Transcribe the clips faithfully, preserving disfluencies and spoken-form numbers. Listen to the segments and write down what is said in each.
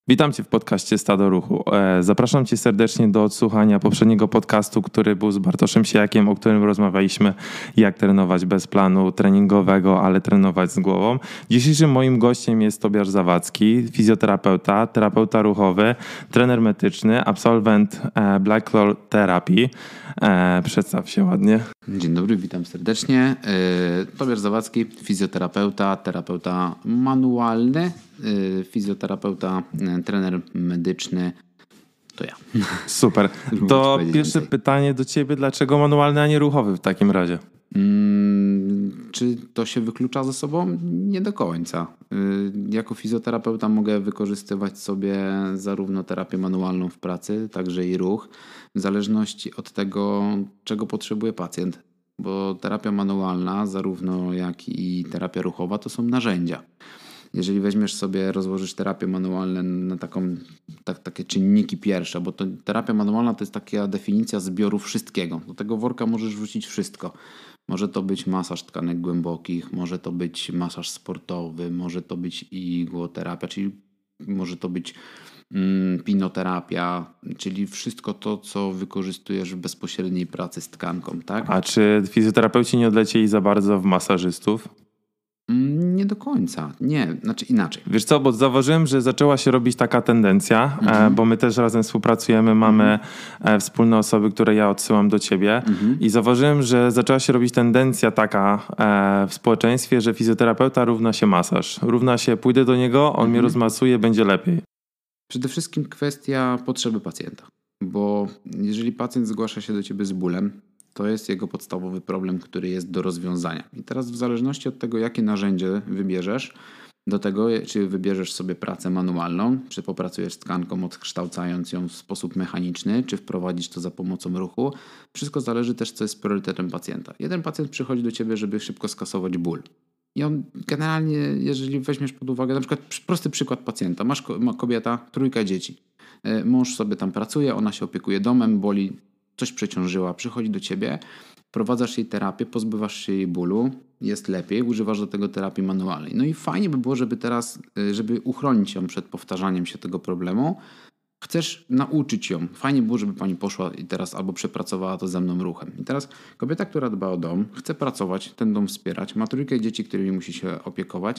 Witam Cię w podcaście Stado Ruchu. Zapraszam Cię serdecznie do odsłuchania poprzedniego podcastu, który był z Bartoszem Sijakiem, o którym rozmawialiśmy, jak trenować bez planu treningowego, ale trenować z głową. Dzisiejszym moim gościem jest Tobiasz Zawadzki, fizjoterapeuta, terapeuta ruchowy, trener medyczny, absolwent Black Claw Therapy. Przedstaw się ładnie. Dzień dobry, witam serdecznie. Tobiasz Zawadzki, fizjoterapeuta, terapeuta manualny, fizjoterapeuta, trener medyczny. To ja. Super. To pierwsze więcej. Pytanie do Ciebie, dlaczego manualny, a nie ruchowy w takim razie? Hmm, czy to się wyklucza ze sobą? Nie do końca. Jako fizjoterapeuta mogę wykorzystywać sobie zarówno terapię manualną w pracy, także i ruch, w zależności od tego, czego potrzebuje pacjent. Bo terapia manualna, zarówno jak i terapia ruchowa, to są narzędzia. Jeżeli weźmiesz sobie, rozłożysz terapię manualną na taką, tak, takie czynniki pierwsze, bo to, terapia manualna to jest taka definicja zbioru wszystkiego. Do tego worka możesz wrzucić wszystko. Może to być masaż tkanek głębokich, może to być masaż sportowy, może to być igłoterapia, czyli może to być mm, pinoterapia, czyli wszystko to, co wykorzystujesz w bezpośredniej pracy z tkanką, tak? A czy fizjoterapeuci nie odlecieli za bardzo w masażystów? Nie do końca. Nie, znaczy inaczej. Wiesz co, bo zauważyłem, że zaczęła się robić taka tendencja, mhm. bo my też razem współpracujemy, mamy mhm. wspólne osoby, które ja odsyłam do ciebie mhm. i zauważyłem, że zaczęła się robić tendencja taka w społeczeństwie, że fizjoterapeuta równa się masaż. Równa się, pójdę do niego, on mhm. mnie rozmasuje, będzie lepiej. Przede wszystkim kwestia potrzeby pacjenta, bo jeżeli pacjent zgłasza się do ciebie z bólem, to jest jego podstawowy problem, który jest do rozwiązania. I teraz w zależności od tego, jakie narzędzie wybierzesz, do tego, czy wybierzesz sobie pracę manualną, czy popracujesz z tkanką, odkształcając ją w sposób mechaniczny, czy wprowadzisz to za pomocą ruchu, wszystko zależy też, co jest priorytetem pacjenta. Jeden pacjent przychodzi do ciebie, żeby szybko skasować ból. I on generalnie, jeżeli weźmiesz pod uwagę, na przykład prosty przykład pacjenta, masz kobieta, trójka dzieci, mąż sobie tam pracuje, ona się opiekuje domem, boli, coś przeciążyła, przychodzi do ciebie, wprowadzasz jej terapię, pozbywasz się jej bólu, jest lepiej, używasz do tego terapii manualnej. No i fajnie by było, żeby teraz, żeby uchronić ją przed powtarzaniem się tego problemu, chcesz nauczyć ją. Fajnie było, żeby pani poszła i teraz albo przepracowała to ze mną ruchem. I teraz kobieta, która dba o dom, chce pracować, ten dom wspierać, ma trójkę dzieci, którymi musi się opiekować,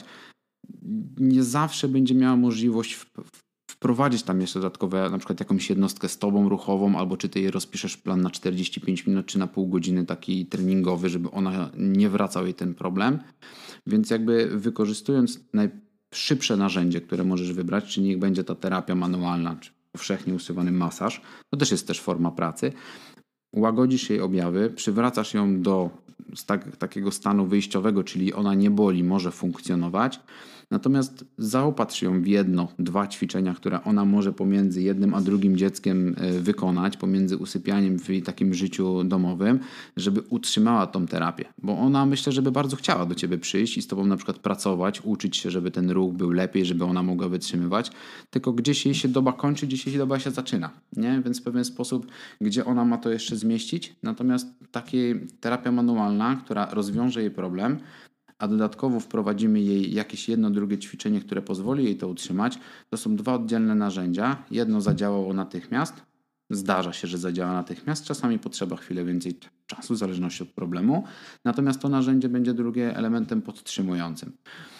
nie zawsze będzie miała możliwość w, w wprowadzić tam jeszcze dodatkowe, na przykład jakąś jednostkę z tobą ruchową, albo czy ty jej rozpiszesz plan na czterdzieści pięć minut, czy na pół godziny taki treningowy, żeby ona nie wracał jej ten problem. Więc jakby wykorzystując najszybsze narzędzie, które możesz wybrać, czyli niech będzie ta terapia manualna, czy powszechnie używany masaż, to też jest też forma pracy, łagodzisz jej objawy, przywracasz ją do tak, takiego stanu wyjściowego, czyli ona nie boli, może funkcjonować. Natomiast zaopatrz ją w jedno, dwa ćwiczenia, które ona może pomiędzy jednym a drugim dzieckiem wykonać, pomiędzy usypianiem w takim życiu domowym, żeby utrzymała tą terapię. Bo ona, myślę, żeby bardzo chciała do ciebie przyjść i z tobą na przykład pracować, uczyć się, żeby ten ruch był lepiej, żeby ona mogła wytrzymywać. Tylko gdzieś jej się doba kończy, gdzieś jej doba się zaczyna. Nie? Więc w pewien sposób, gdzie ona ma to jeszcze zmieścić. Natomiast taka terapia manualna, która rozwiąże jej problem, a dodatkowo wprowadzimy jej jakieś jedno, drugie ćwiczenie, które pozwoli jej to utrzymać, to są dwa oddzielne narzędzia. Jedno zadziałało natychmiast, zdarza się, że zadziała natychmiast, czasami potrzeba chwilę więcej czasu, w zależności od problemu, natomiast to narzędzie będzie drugie elementem podtrzymującym.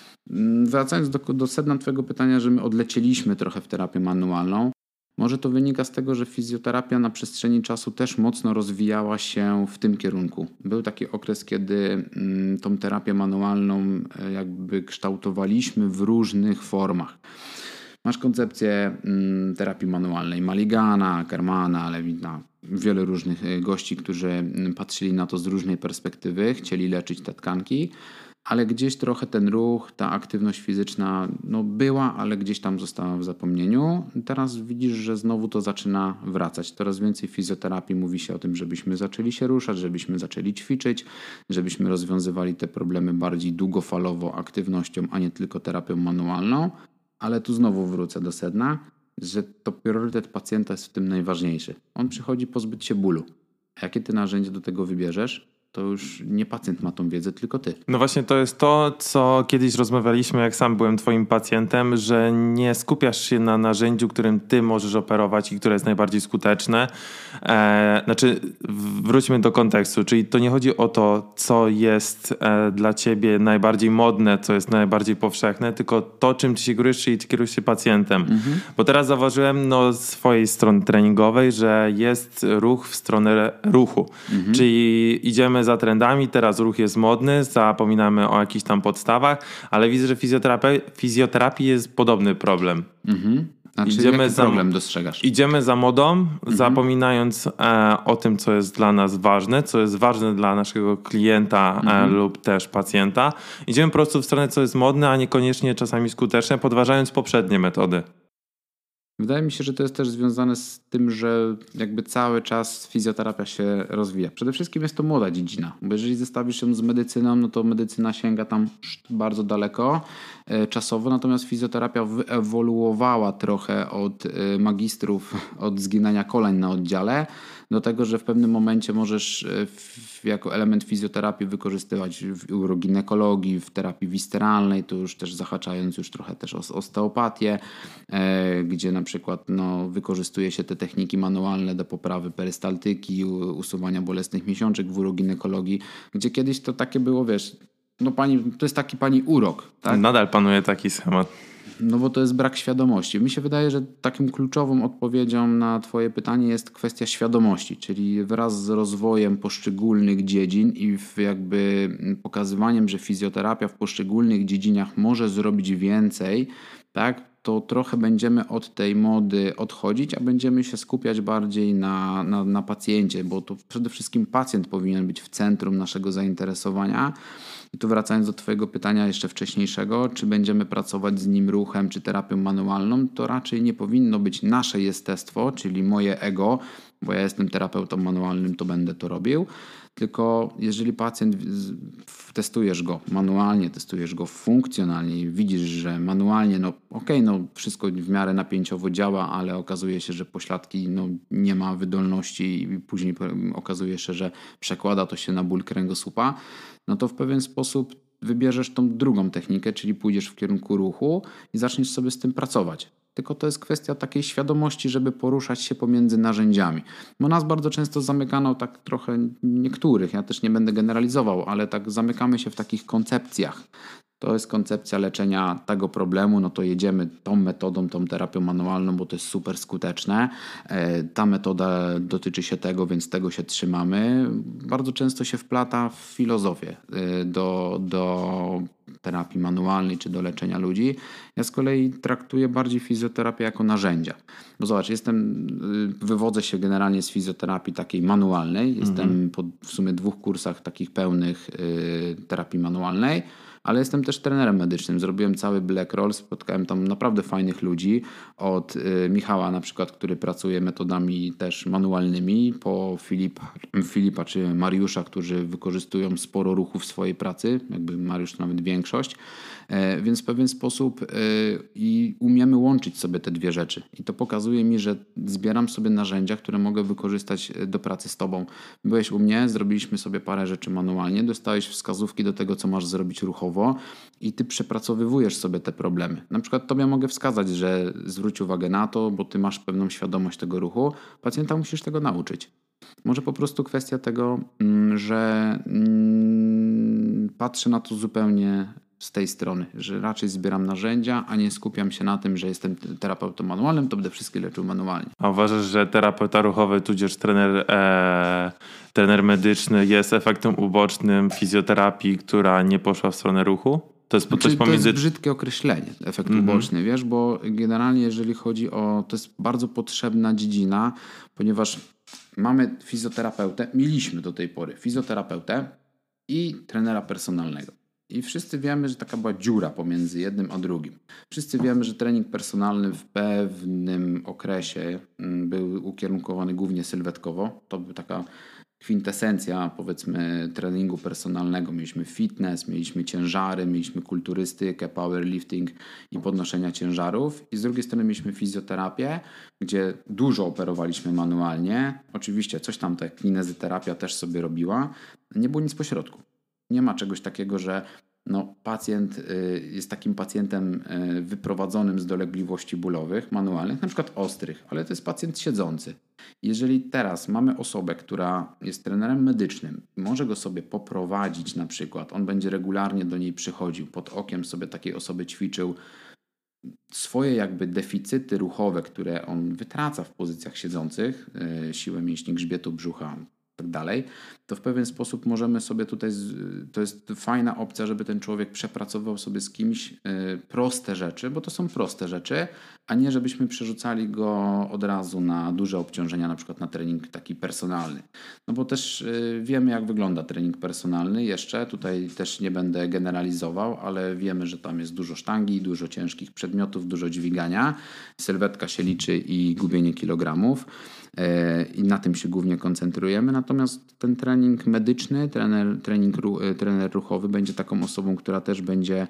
Wracając do, do sedna twojego pytania, że my odlecieliśmy trochę w terapię manualną, może to wynika z tego, że fizjoterapia na przestrzeni czasu też mocno rozwijała się w tym kierunku. Był taki okres, kiedy mm, tą terapię manualną jakby kształtowaliśmy w różnych formach. Masz koncepcję mm, terapii manualnej Maligana, Kermana, Lewina, wiele różnych gości, którzy patrzyli na to z różnej perspektywy, chcieli leczyć te tkanki. Ale gdzieś trochę ten ruch, ta aktywność fizyczna no była, ale gdzieś tam została w zapomnieniu. Teraz widzisz, że znowu to zaczyna wracać. Coraz więcej fizjoterapii mówi się o tym, żebyśmy zaczęli się ruszać, żebyśmy zaczęli ćwiczyć, żebyśmy rozwiązywali te problemy bardziej długofalowo aktywnością, a nie tylko terapią manualną. Ale tu znowu wrócę do sedna, że to priorytet pacjenta jest w tym najważniejszy. On przychodzi pozbyć się bólu. A jakie ty narzędzie do tego wybierzesz, To już nie pacjent ma tą wiedzę, tylko ty. No właśnie to jest to, co kiedyś rozmawialiśmy, jak sam byłem twoim pacjentem, że nie skupiasz się na narzędziu, którym ty możesz operować i które jest najbardziej skuteczne. E, znaczy, wróćmy do kontekstu, czyli to nie chodzi o to, co jest e, dla ciebie najbardziej modne, co jest najbardziej powszechne, tylko to, czym ty się kierujesz, czyli ty kierujesz się pacjentem. Mhm. Bo teraz zauważyłem no, z swojej strony treningowej, że jest ruch w stronę ruchu. Mhm. Czyli idziemy za trendami, teraz ruch jest modny, zapominamy o jakichś tam podstawach, ale widzę, że w fizjoterapii, fizjoterapii jest podobny problem. Mhm. Znaczy, idziemy jaki za, problem dostrzegasz? Idziemy za modą, mhm. zapominając e, o tym, co jest dla nas ważne, co jest ważne dla naszego klienta mhm. e, lub też pacjenta. Idziemy po prostu w stronę, co jest modne, a niekoniecznie czasami skuteczne, podważając poprzednie metody. Wydaje mi się, że to jest też związane z tym, że jakby cały czas fizjoterapia się rozwija. Przede wszystkim jest to młoda dziedzina, bo jeżeli zestawisz ją z medycyną, no to medycyna sięga tam bardzo daleko e, czasowo, natomiast fizjoterapia wyewoluowała trochę od e, magistrów, od zginania koleń na oddziale, do tego, że w pewnym momencie możesz w, jako element fizjoterapii wykorzystywać w uroginekologii, w terapii wisteralnej, to już też zahaczając już trochę też o osteopatię, e, gdzie na przykład no, wykorzystuje się te techniki manualne do poprawy perystaltyki, usuwania bolesnych miesiączek w uroginekologii, gdzie kiedyś to takie było, wiesz, no pani, to jest taki pani urok. Tak? Nadal panuje taki schemat. No bo to jest brak świadomości. Mi się wydaje, że taką kluczową odpowiedzią na twoje pytanie jest kwestia świadomości, czyli wraz z rozwojem poszczególnych dziedzin i w jakby pokazywaniem, że fizjoterapia w poszczególnych dziedzinach może zrobić więcej, tak, to trochę będziemy od tej mody odchodzić, a będziemy się skupiać bardziej na, na, na pacjencie, bo to przede wszystkim pacjent powinien być w centrum naszego zainteresowania. I tu wracając do twojego pytania jeszcze wcześniejszego, czy będziemy pracować z nim ruchem, czy terapią manualną, to raczej nie powinno być nasze jestestwo, czyli moje ego, bo ja jestem terapeutą manualnym, to będę to robił. Tylko jeżeli pacjent, testujesz go manualnie, testujesz go funkcjonalnie i widzisz, że manualnie, no okej, okay, no wszystko w miarę napięciowo działa, ale okazuje się, że pośladki no, nie ma wydolności i później okazuje się, że przekłada to się na ból kręgosłupa, no to w pewien sposób wybierzesz tą drugą technikę, czyli pójdziesz w kierunku ruchu i zaczniesz sobie z tym pracować. Tylko to jest kwestia takiej świadomości, żeby poruszać się pomiędzy narzędziami. Bo nas bardzo często zamykano tak trochę niektórych, ja też nie będę generalizował, ale tak zamykamy się w takich koncepcjach. To jest koncepcja leczenia tego problemu, no to jedziemy tą metodą, tą terapią manualną, bo to jest super skuteczne. Ta metoda dotyczy się tego, więc tego się trzymamy. Bardzo często się wplata w filozofię do, do terapii manualnej czy do leczenia ludzi. Ja z kolei traktuję bardziej fizjoterapię jako narzędzia. Bo zobacz, jestem, wywodzę się generalnie z fizjoterapii takiej manualnej. Jestem mhm. po w sumie dwóch kursach takich pełnych y, terapii manualnej. Ale jestem też trenerem medycznym. Zrobiłem cały Black Roll, spotkałem tam naprawdę fajnych ludzi. Od y, Michała na przykład, który pracuje metodami też manualnymi, po Filipa, Filipa czy Mariusza, którzy wykorzystują sporo ruchu w swojej pracy, jakby Mariusz to nawet większość. E, więc w pewien sposób y, i umiemy łączyć sobie te dwie rzeczy. I to pokazuje mi, że zbieram sobie narzędzia, które mogę wykorzystać do pracy z tobą. Byłeś u mnie, zrobiliśmy sobie parę rzeczy manualnie, dostałeś wskazówki do tego, co masz zrobić ruchowo, i ty przepracowywujesz sobie te problemy. Na przykład tobie mogę wskazać, że zwróć uwagę na to, bo ty masz pewną świadomość tego ruchu. Pacjenta musisz tego nauczyć. Może po prostu kwestia tego, że patrzę na to zupełnie z tej strony, że raczej zbieram narzędzia, a nie skupiam się na tym, że jestem terapeutą manualnym, to będę wszystkie leczył manualnie. A uważasz, że terapeuta ruchowy, tudzież trener, e, trener medyczny jest efektem ubocznym fizjoterapii, która nie poszła w stronę ruchu? To jest coś Czyli pomiędzy... To jest brzydkie określenie, efekt mm-hmm. uboczny, wiesz, bo generalnie jeżeli chodzi o... To jest bardzo potrzebna dziedzina, ponieważ mamy fizjoterapeutę, mieliśmy do tej pory fizjoterapeutę i trenera personalnego. I wszyscy wiemy, że taka była dziura pomiędzy jednym a drugim. Wszyscy wiemy, że trening personalny w pewnym okresie był ukierunkowany głównie sylwetkowo. To była taka kwintesencja, powiedzmy, treningu personalnego. Mieliśmy fitness, mieliśmy ciężary, mieliśmy kulturystykę, powerlifting i podnoszenia ciężarów. I z drugiej strony mieliśmy fizjoterapię, gdzie dużo operowaliśmy manualnie. Oczywiście coś tam ta kinezyterapia też sobie robiła. Nie było nic pośrodku. Nie ma czegoś takiego, że no, pacjent y, jest takim pacjentem y, wyprowadzonym z dolegliwości bólowych, manualnych, na przykład ostrych, ale to jest pacjent siedzący. Jeżeli teraz mamy osobę, która jest trenerem medycznym i może go sobie poprowadzić na przykład, on będzie regularnie do niej przychodził, pod okiem sobie takiej osoby ćwiczył swoje jakby deficyty ruchowe, które on wytraca w pozycjach siedzących, y, siłę mięśni grzbietu, brzucha, tak dalej, to w pewien sposób możemy sobie tutaj, to jest fajna opcja, żeby ten człowiek przepracował sobie z kimś proste rzeczy, bo to są proste rzeczy, a nie żebyśmy przerzucali go od razu na duże obciążenia, na przykład na trening taki personalny. No bo też wiemy, jak wygląda trening personalny jeszcze, tutaj też nie będę generalizował, ale wiemy, że tam jest dużo sztangi, dużo ciężkich przedmiotów, dużo dźwigania, sylwetka się liczy i gubienie kilogramów. I na tym się głównie koncentrujemy. Natomiast ten trening medyczny, trener, trening, trener ruchowy będzie taką osobą, która też będzie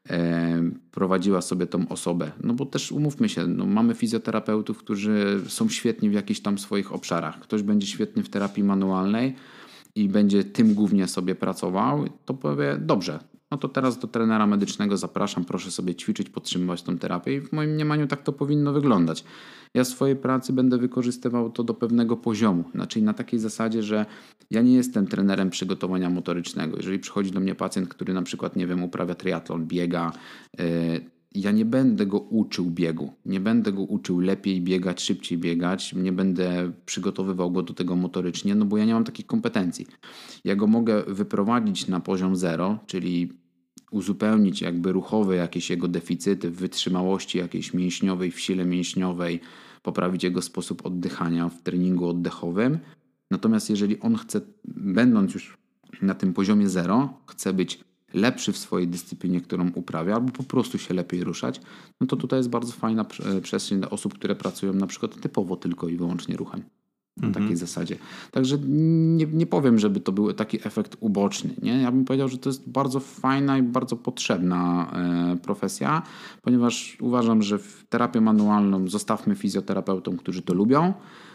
e, prowadziła sobie tą osobę. No bo też umówmy się, no mamy fizjoterapeutów, którzy są świetni w jakichś tam swoich obszarach. Ktoś będzie świetny w terapii manualnej i będzie tym głównie sobie pracował, to powie dobrze. No to teraz do trenera medycznego zapraszam, proszę sobie ćwiczyć, podtrzymywać tą terapię i w moim mniemaniu tak to powinno wyglądać. Ja w swojej pracy będę wykorzystywał to do pewnego poziomu, znaczy na takiej zasadzie, że ja nie jestem trenerem przygotowania motorycznego. Jeżeli przychodzi do mnie pacjent, który na przykład, nie wiem, uprawia triatlon, biega, yy, ja nie będę go uczył biegu, nie będę go uczył lepiej biegać, szybciej biegać, nie będę przygotowywał go do tego motorycznie, no bo ja nie mam takich kompetencji. Ja go mogę wyprowadzić na poziom zero, czyli uzupełnić jakby ruchowe jakieś jego deficyty w wytrzymałości jakiejś mięśniowej, w sile mięśniowej, poprawić jego sposób oddychania w treningu oddechowym. Natomiast jeżeli on chce, będąc już na tym poziomie zero, chce być lepszy w swojej dyscyplinie, którą uprawia, albo po prostu się lepiej ruszać, no to tutaj jest bardzo fajna przestrzeń dla osób, które pracują na przykład typowo tylko i wyłącznie ruchem. Na mhm. takiej zasadzie. Także nie, nie powiem, żeby to był taki efekt uboczny. Nie? Ja bym powiedział, że to jest bardzo fajna i bardzo potrzebna e, profesja, ponieważ uważam, że w terapię manualną zostawmy fizjoterapeutom, którzy to lubią.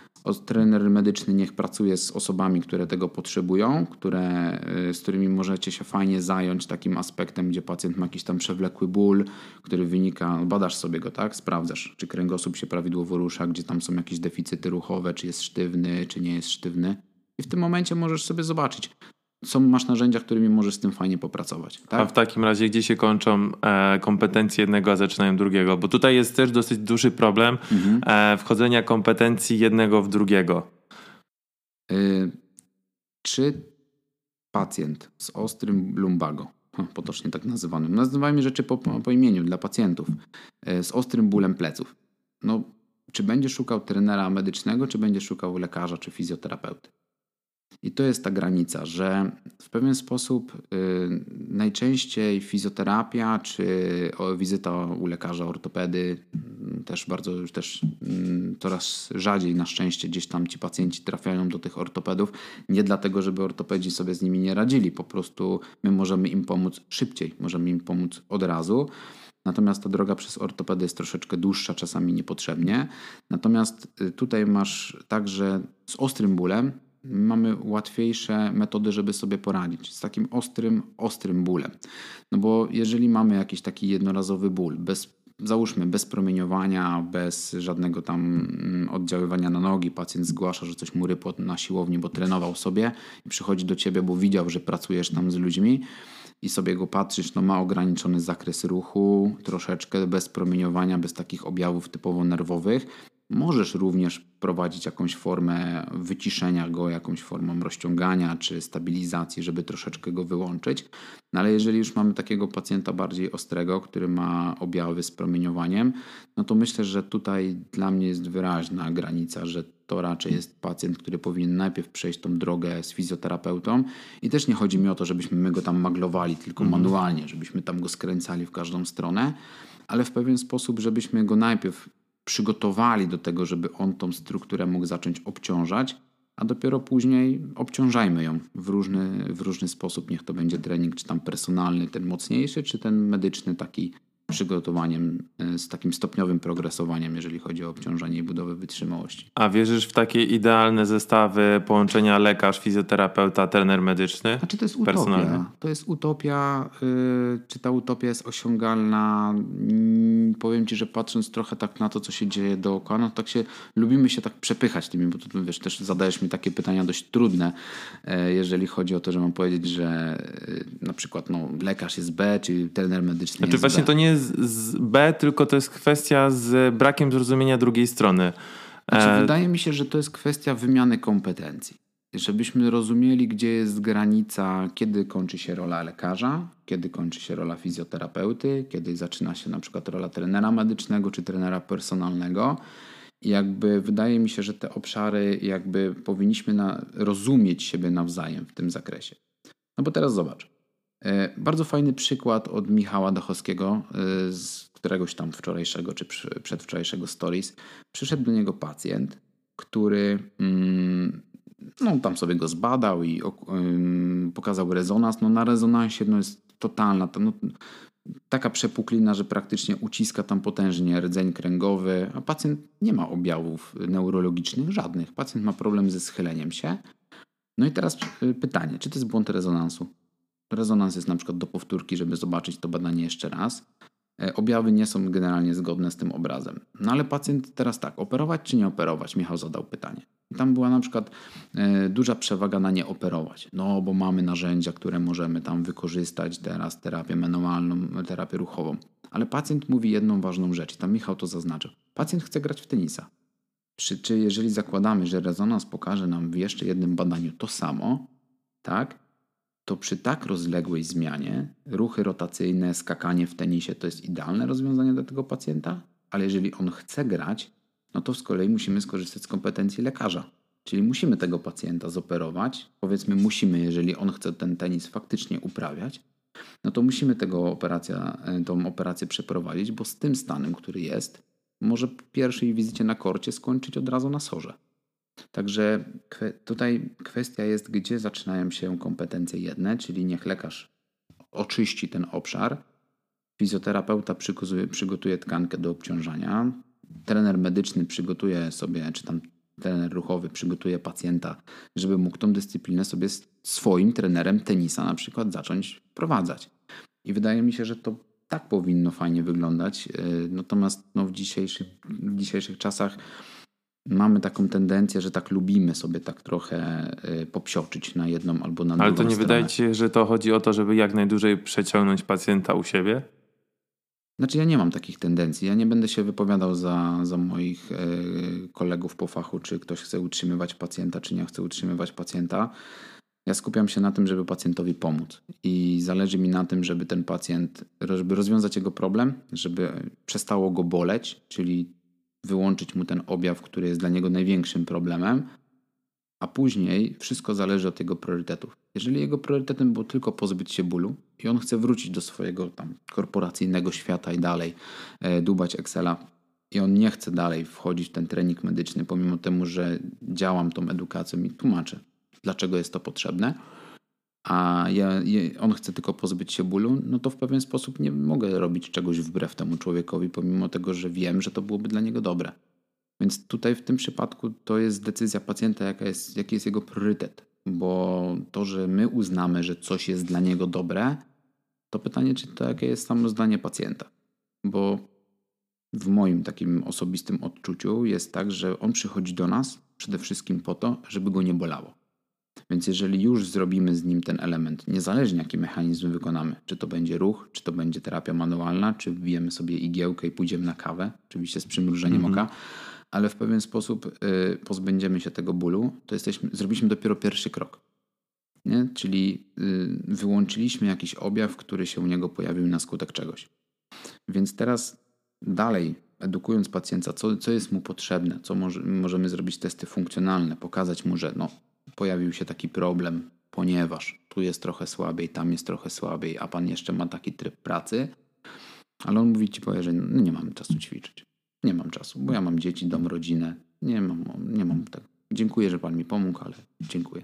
Trener medyczny niech pracuje z osobami, które tego potrzebują, które, z którymi możecie się fajnie zająć takim aspektem, gdzie pacjent ma jakiś tam przewlekły ból, który wynika, badasz sobie go, tak? Sprawdzasz, czy kręgosłup się prawidłowo rusza, gdzie tam są jakieś deficyty ruchowe, czy jest sztywny, czy nie jest sztywny. I w tym momencie możesz sobie zobaczyć, co masz narzędzia, którymi możesz z tym fajnie popracować. Tak? A w takim razie, gdzie się kończą e, kompetencje jednego, a zaczynają drugiego? Bo tutaj jest też dosyć duży problem mhm. e, wchodzenia kompetencji jednego w drugiego. Y, czy pacjent z ostrym lumbago, potocznie tak nazywanym, nazywajmy rzeczy po, po imieniu dla pacjentów, y, z ostrym bólem pleców, no, czy będzie szukał trenera medycznego, czy będzie szukał lekarza, czy fizjoterapeuty? I to jest ta granica, że w pewien sposób y, najczęściej fizjoterapia czy o, wizyta u lekarza ortopedy, y, też bardzo już też y, coraz rzadziej na szczęście gdzieś tam ci pacjenci trafiają do tych ortopedów, nie dlatego, żeby ortopedzi sobie z nimi nie radzili, po prostu my możemy im pomóc szybciej, możemy im pomóc od razu. Natomiast ta droga przez ortopedy jest troszeczkę dłuższa, czasami niepotrzebnie. Natomiast y, tutaj masz także z ostrym bólem mamy łatwiejsze metody, żeby sobie poradzić z takim ostrym, ostrym bólem. No bo jeżeli mamy jakiś taki jednorazowy ból, bez, załóżmy bez promieniowania, bez żadnego tam oddziaływania na nogi, pacjent zgłasza, że coś mu rypło na siłowni, bo trenował sobie i przychodzi do ciebie, bo widział, że pracujesz tam z ludźmi i sobie go patrzysz, no ma ograniczony zakres ruchu, troszeczkę bez promieniowania, bez takich objawów typowo nerwowych. Możesz również prowadzić jakąś formę wyciszenia go, jakąś formą rozciągania czy stabilizacji, żeby troszeczkę go wyłączyć. No ale jeżeli już mamy takiego pacjenta bardziej ostrego, który ma objawy z promieniowaniem, no to myślę, że tutaj dla mnie jest wyraźna granica, że to raczej jest pacjent, który powinien najpierw przejść tą drogę z fizjoterapeutą i też nie chodzi mi o to, żebyśmy my go tam maglowali tylko mhm. manualnie, żebyśmy tam go skręcali w każdą stronę, ale w pewien sposób, żebyśmy go najpierw przygotowali do tego, żeby on tą strukturę mógł zacząć obciążać, a dopiero później obciążajmy ją w różny, w różny sposób. Niech to będzie trening czy tam personalny, ten mocniejszy, czy ten medyczny, taki przygotowaniem, z takim stopniowym progresowaniem, jeżeli chodzi o obciążanie i budowę wytrzymałości. A wierzysz w takie idealne zestawy połączenia lekarz, fizjoterapeuta, trener medyczny? A czy to jest utopia? To jest utopia. Yy, czy ta utopia jest osiągalna? Yy, powiem ci, że patrząc trochę tak na to, co się dzieje dookoła, no tak się lubimy się tak przepychać tymi, bo to wiesz, też zadajesz mi takie pytania dość trudne, yy, jeżeli chodzi o to, że mam powiedzieć, że yy, na przykład no, lekarz jest B, czy trener medyczny znaczy, jest właśnie B. to nie jest z B, tylko to jest kwestia z brakiem zrozumienia drugiej strony. Znaczy, e... wydaje mi się, że to jest kwestia wymiany kompetencji. Żebyśmy rozumieli, gdzie jest granica, kiedy kończy się rola lekarza, kiedy kończy się rola fizjoterapeuty, kiedy zaczyna się na przykład rola trenera medycznego czy trenera personalnego. I jakby wydaje mi się, że te obszary jakby powinniśmy na, rozumieć siebie nawzajem w tym zakresie. No bo teraz zobacz. Bardzo fajny przykład od Michała Dachowskiego z któregoś tam wczorajszego czy przedwczorajszego stories. Przyszedł do niego pacjent, który no, tam sobie go zbadał i pokazał rezonans. No, na rezonansie no, jest totalna no, taka przepuklina, że praktycznie uciska tam potężnie rdzeń kręgowy, a pacjent nie ma objawów neurologicznych żadnych. Pacjent ma problem ze schyleniem się. No i teraz pytanie, czy to jest błąd rezonansu? Rezonans jest na przykład do powtórki, żeby zobaczyć to badanie jeszcze raz. Objawy nie są generalnie zgodne z tym obrazem. No ale pacjent teraz tak, operować czy nie operować? Michał zadał pytanie. I tam była na przykład e, duża przewaga na nie operować. No bo mamy narzędzia, które możemy tam wykorzystać teraz, terapię manualną, terapię ruchową. Ale pacjent mówi jedną ważną rzecz i tam Michał to zaznaczył. Pacjent chce grać w tenisa. Przy, czy jeżeli zakładamy, że rezonans pokaże nam w jeszcze jednym badaniu to samo, tak? To przy tak rozległej zmianie ruchy rotacyjne, skakanie w tenisie to jest idealne rozwiązanie dla tego pacjenta, ale jeżeli on chce grać, no to z kolei musimy skorzystać z kompetencji lekarza. Czyli musimy tego pacjenta zoperować, powiedzmy musimy, jeżeli on chce ten tenis faktycznie uprawiać, no to musimy tego operacja, tą operację przeprowadzić, bo z tym stanem, który jest, może po pierwszej wizycie na korcie skończyć od razu na sorze. Także kwe- tutaj kwestia jest, gdzie zaczynają się kompetencje jedne, czyli niech lekarz oczyści ten obszar, fizjoterapeuta przygotuje, przygotuje tkankę do obciążania, trener medyczny przygotuje sobie, czy tam trener ruchowy przygotuje pacjenta, żeby mógł tą dyscyplinę sobie z swoim trenerem tenisa na przykład zacząć wprowadzać. I wydaje mi się, że to tak powinno fajnie wyglądać. Natomiast no, w, dzisiejszych, w dzisiejszych czasach mamy taką tendencję, że tak lubimy sobie tak trochę popsioczyć na jedną albo na drugą Ale to nie stronę. wydaje ci się, że to chodzi o to, żeby jak najdłużej przeciągnąć pacjenta u siebie? Znaczy ja nie mam takich tendencji. Ja nie będę się wypowiadał za, za moich e, kolegów po fachu, czy ktoś chce utrzymywać pacjenta, czy nie chce utrzymywać pacjenta. Ja skupiam się na tym, żeby pacjentowi pomóc. I zależy mi na tym, żeby ten pacjent, żeby rozwiązać jego problem, żeby przestało go boleć, czyli wyłączyć mu ten objaw, który jest dla niego największym problemem, a później wszystko zależy od jego priorytetów. Jeżeli jego priorytetem było tylko pozbyć się bólu i on chce wrócić do swojego tam korporacyjnego świata i dalej e, dłubać Excela i on nie chce dalej wchodzić w ten trening medyczny, pomimo temu, że działam tą edukacją i tłumaczę, dlaczego jest to potrzebne, a ja, ja, on chce tylko pozbyć się bólu, no to w pewien sposób nie mogę robić czegoś wbrew temu człowiekowi, pomimo tego, że wiem, że to byłoby dla niego dobre. Więc tutaj w tym przypadku to jest decyzja pacjenta, jaka jest, jaki jest jego priorytet. Bo to, że my uznamy, że coś jest dla niego dobre, to pytanie, czy to jakie jest samo zdanie pacjenta. Bo w moim takim osobistym odczuciu jest tak, że on przychodzi do nas przede wszystkim po to, żeby go nie bolało. Więc jeżeli już zrobimy z nim ten element, niezależnie jaki mechanizm wykonamy, czy to będzie ruch, czy to będzie terapia manualna, czy wbijemy sobie igiełkę i pójdziemy na kawę, oczywiście z przymrużeniem mm-hmm. oka, ale w pewien sposób y, pozbędziemy się tego bólu, to jesteśmy, zrobiliśmy dopiero pierwszy krok. Nie? Czyli y, wyłączyliśmy jakiś objaw, który się u niego pojawił na skutek czegoś. Więc teraz dalej, edukując pacjenta, co, co jest mu potrzebne, co może, możemy zrobić testy funkcjonalne, pokazać mu, że no, pojawił się taki problem, ponieważ tu jest trochę słabiej, tam jest trochę słabiej, a pan jeszcze ma taki tryb pracy, ale on mówi ci, powie, że no, nie mam czasu ćwiczyć. Nie mam czasu, bo ja mam dzieci, dom, rodzinę. Nie mam, nie mam tego. Dziękuję, że pan mi pomógł, ale dziękuję.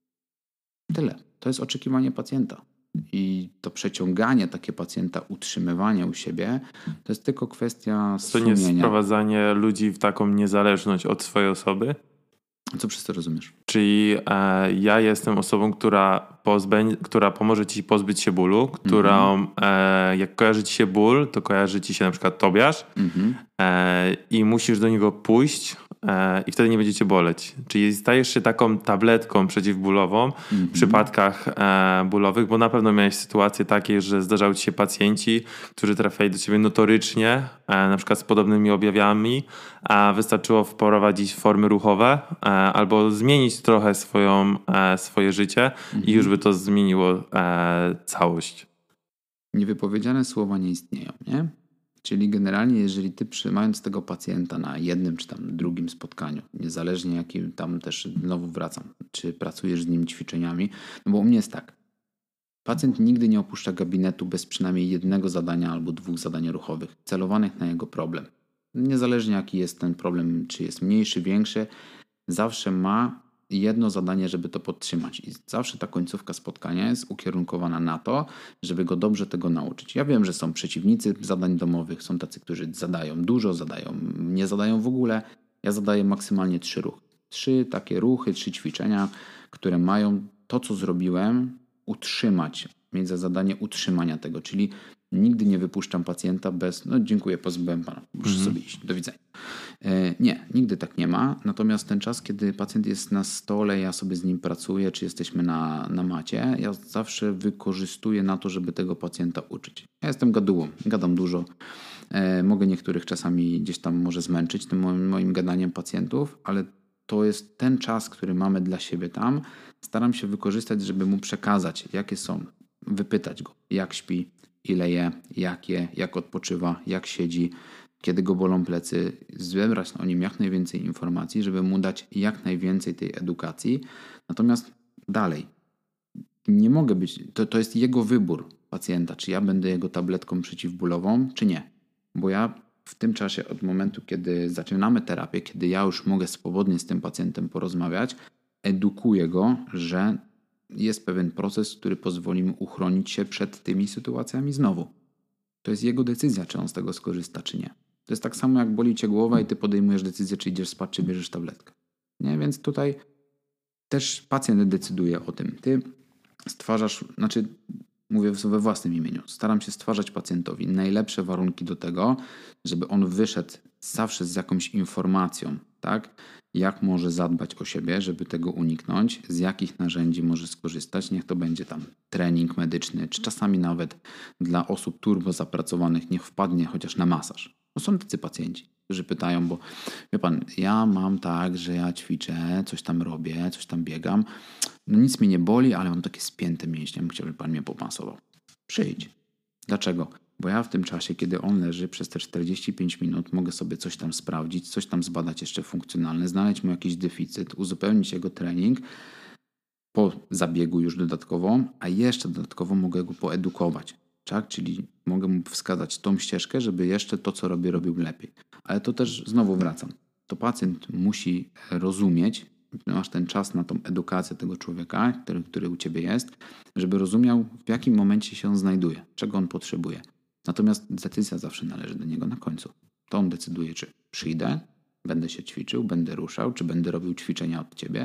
Tyle. To jest oczekiwanie pacjenta. I to przeciąganie takie pacjenta, utrzymywanie u siebie, to jest tylko kwestia sumienia. To nie sprowadzanie ludzi w taką niezależność od swojej osoby? Co przez to rozumiesz? Czyli e, ja jestem osobą, która, pozbę- która pomoże ci pozbyć się bólu, którą mm-hmm. e, jak kojarzy ci się ból, to kojarzy ci się na przykład Tobiasz mm-hmm. e, i musisz do niego pójść e, i wtedy nie będzie cię boleć. Czyli stajesz się taką tabletką przeciwbólową mm-hmm. w przypadkach e, bólowych, bo na pewno miałeś sytuacje takie, że zdarzały ci się pacjenci, którzy trafiali do ciebie notorycznie, e, na przykład z podobnymi objawami, a wystarczyło wprowadzić formy ruchowe e, albo zmienić trochę swoją, e, swoje życie mhm. i już by to zmieniło e, całość. Niewypowiedziane słowa nie istnieją, nie? Czyli generalnie jeżeli ty trzymając tego pacjenta na jednym czy tam drugim spotkaniu, niezależnie jakim tam też znowu wracam, czy pracujesz z nim ćwiczeniami, no bo u mnie jest tak, pacjent nigdy nie opuszcza gabinetu bez przynajmniej jednego zadania albo dwóch zadań ruchowych, celowanych na jego problem. Niezależnie jaki jest ten problem, czy jest mniejszy, większy, zawsze ma jedno zadanie, żeby to podtrzymać. I zawsze ta końcówka spotkania jest ukierunkowana na to, żeby go dobrze tego nauczyć. Ja wiem, że są przeciwnicy zadań domowych, są tacy, którzy zadają dużo, zadają, nie zadają w ogóle. Ja zadaję maksymalnie trzy ruchy. Trzy takie ruchy, trzy ćwiczenia, które mają to, co zrobiłem, utrzymać. Mieć za zadanie utrzymania tego, czyli nigdy nie wypuszczam pacjenta bez, no dziękuję, pozbyłem pana, muszę mhm. sobie iść, do widzenia. E, nie, nigdy tak nie ma. Natomiast ten czas, kiedy pacjent jest na stole, ja sobie z nim pracuję, czy jesteśmy na, na macie, ja zawsze wykorzystuję na to, żeby tego pacjenta uczyć. Ja jestem gadułą, gadam dużo. E, mogę niektórych czasami gdzieś tam może zmęczyć tym moim, moim gadaniem pacjentów, ale to jest ten czas, który mamy dla siebie tam. Staram się wykorzystać, żeby mu przekazać, jakie są, wypytać go, jak śpi, ile je, jak je, jak odpoczywa, jak siedzi, kiedy go bolą plecy, zebrać o nim jak najwięcej informacji, żeby mu dać jak najwięcej tej edukacji. Natomiast dalej, nie mogę być, to, to jest jego wybór pacjenta, czy ja będę jego tabletką przeciwbólową, czy nie. Bo ja w tym czasie, od momentu, kiedy zaczynamy terapię, kiedy ja już mogę swobodnie z tym pacjentem porozmawiać, edukuję go, że jest pewien proces, który pozwoli mu uchronić się przed tymi sytuacjami znowu. To jest jego decyzja, czy on z tego skorzysta, czy nie. To jest tak samo, jak boli cię głowa i ty podejmujesz decyzję, czy idziesz spać, czy bierzesz tabletkę. Nie? Więc tutaj też pacjent decyduje o tym. Ty stwarzasz, znaczy mówię we własnym imieniu, staram się stwarzać pacjentowi najlepsze warunki do tego, żeby on wyszedł zawsze z jakąś informacją, tak? Jak może zadbać o siebie, żeby tego uniknąć, z jakich narzędzi może skorzystać. Niech to będzie tam trening medyczny, czy czasami nawet dla osób turbo zapracowanych niech wpadnie chociaż na masaż. No są tacy pacjenci, którzy pytają, bo wie pan, ja mam tak, że ja ćwiczę, coś tam robię, coś tam biegam, no nic mi nie boli, ale mam takie spięte mięśnie, chciałbym, żeby pan mnie pomasował. Przyjdź. Dlaczego? Bo ja w tym czasie, kiedy on leży przez te czterdzieści pięć minut, mogę sobie coś tam sprawdzić, coś tam zbadać jeszcze funkcjonalne, znaleźć mu jakiś deficyt, uzupełnić jego trening po zabiegu już dodatkowo, a jeszcze dodatkowo mogę go poedukować. Tak? Czyli mogę mu wskazać tą ścieżkę, żeby jeszcze to, co robię, robił lepiej. Ale to też znowu wracam. To pacjent musi rozumieć, masz ten czas na tą edukację tego człowieka, który, który u ciebie jest, żeby rozumiał, w jakim momencie się on znajduje, czego on potrzebuje. Natomiast decyzja zawsze należy do niego na końcu. To on decyduje, czy przyjdę, będę się ćwiczył, będę ruszał, czy będę robił ćwiczenia od ciebie.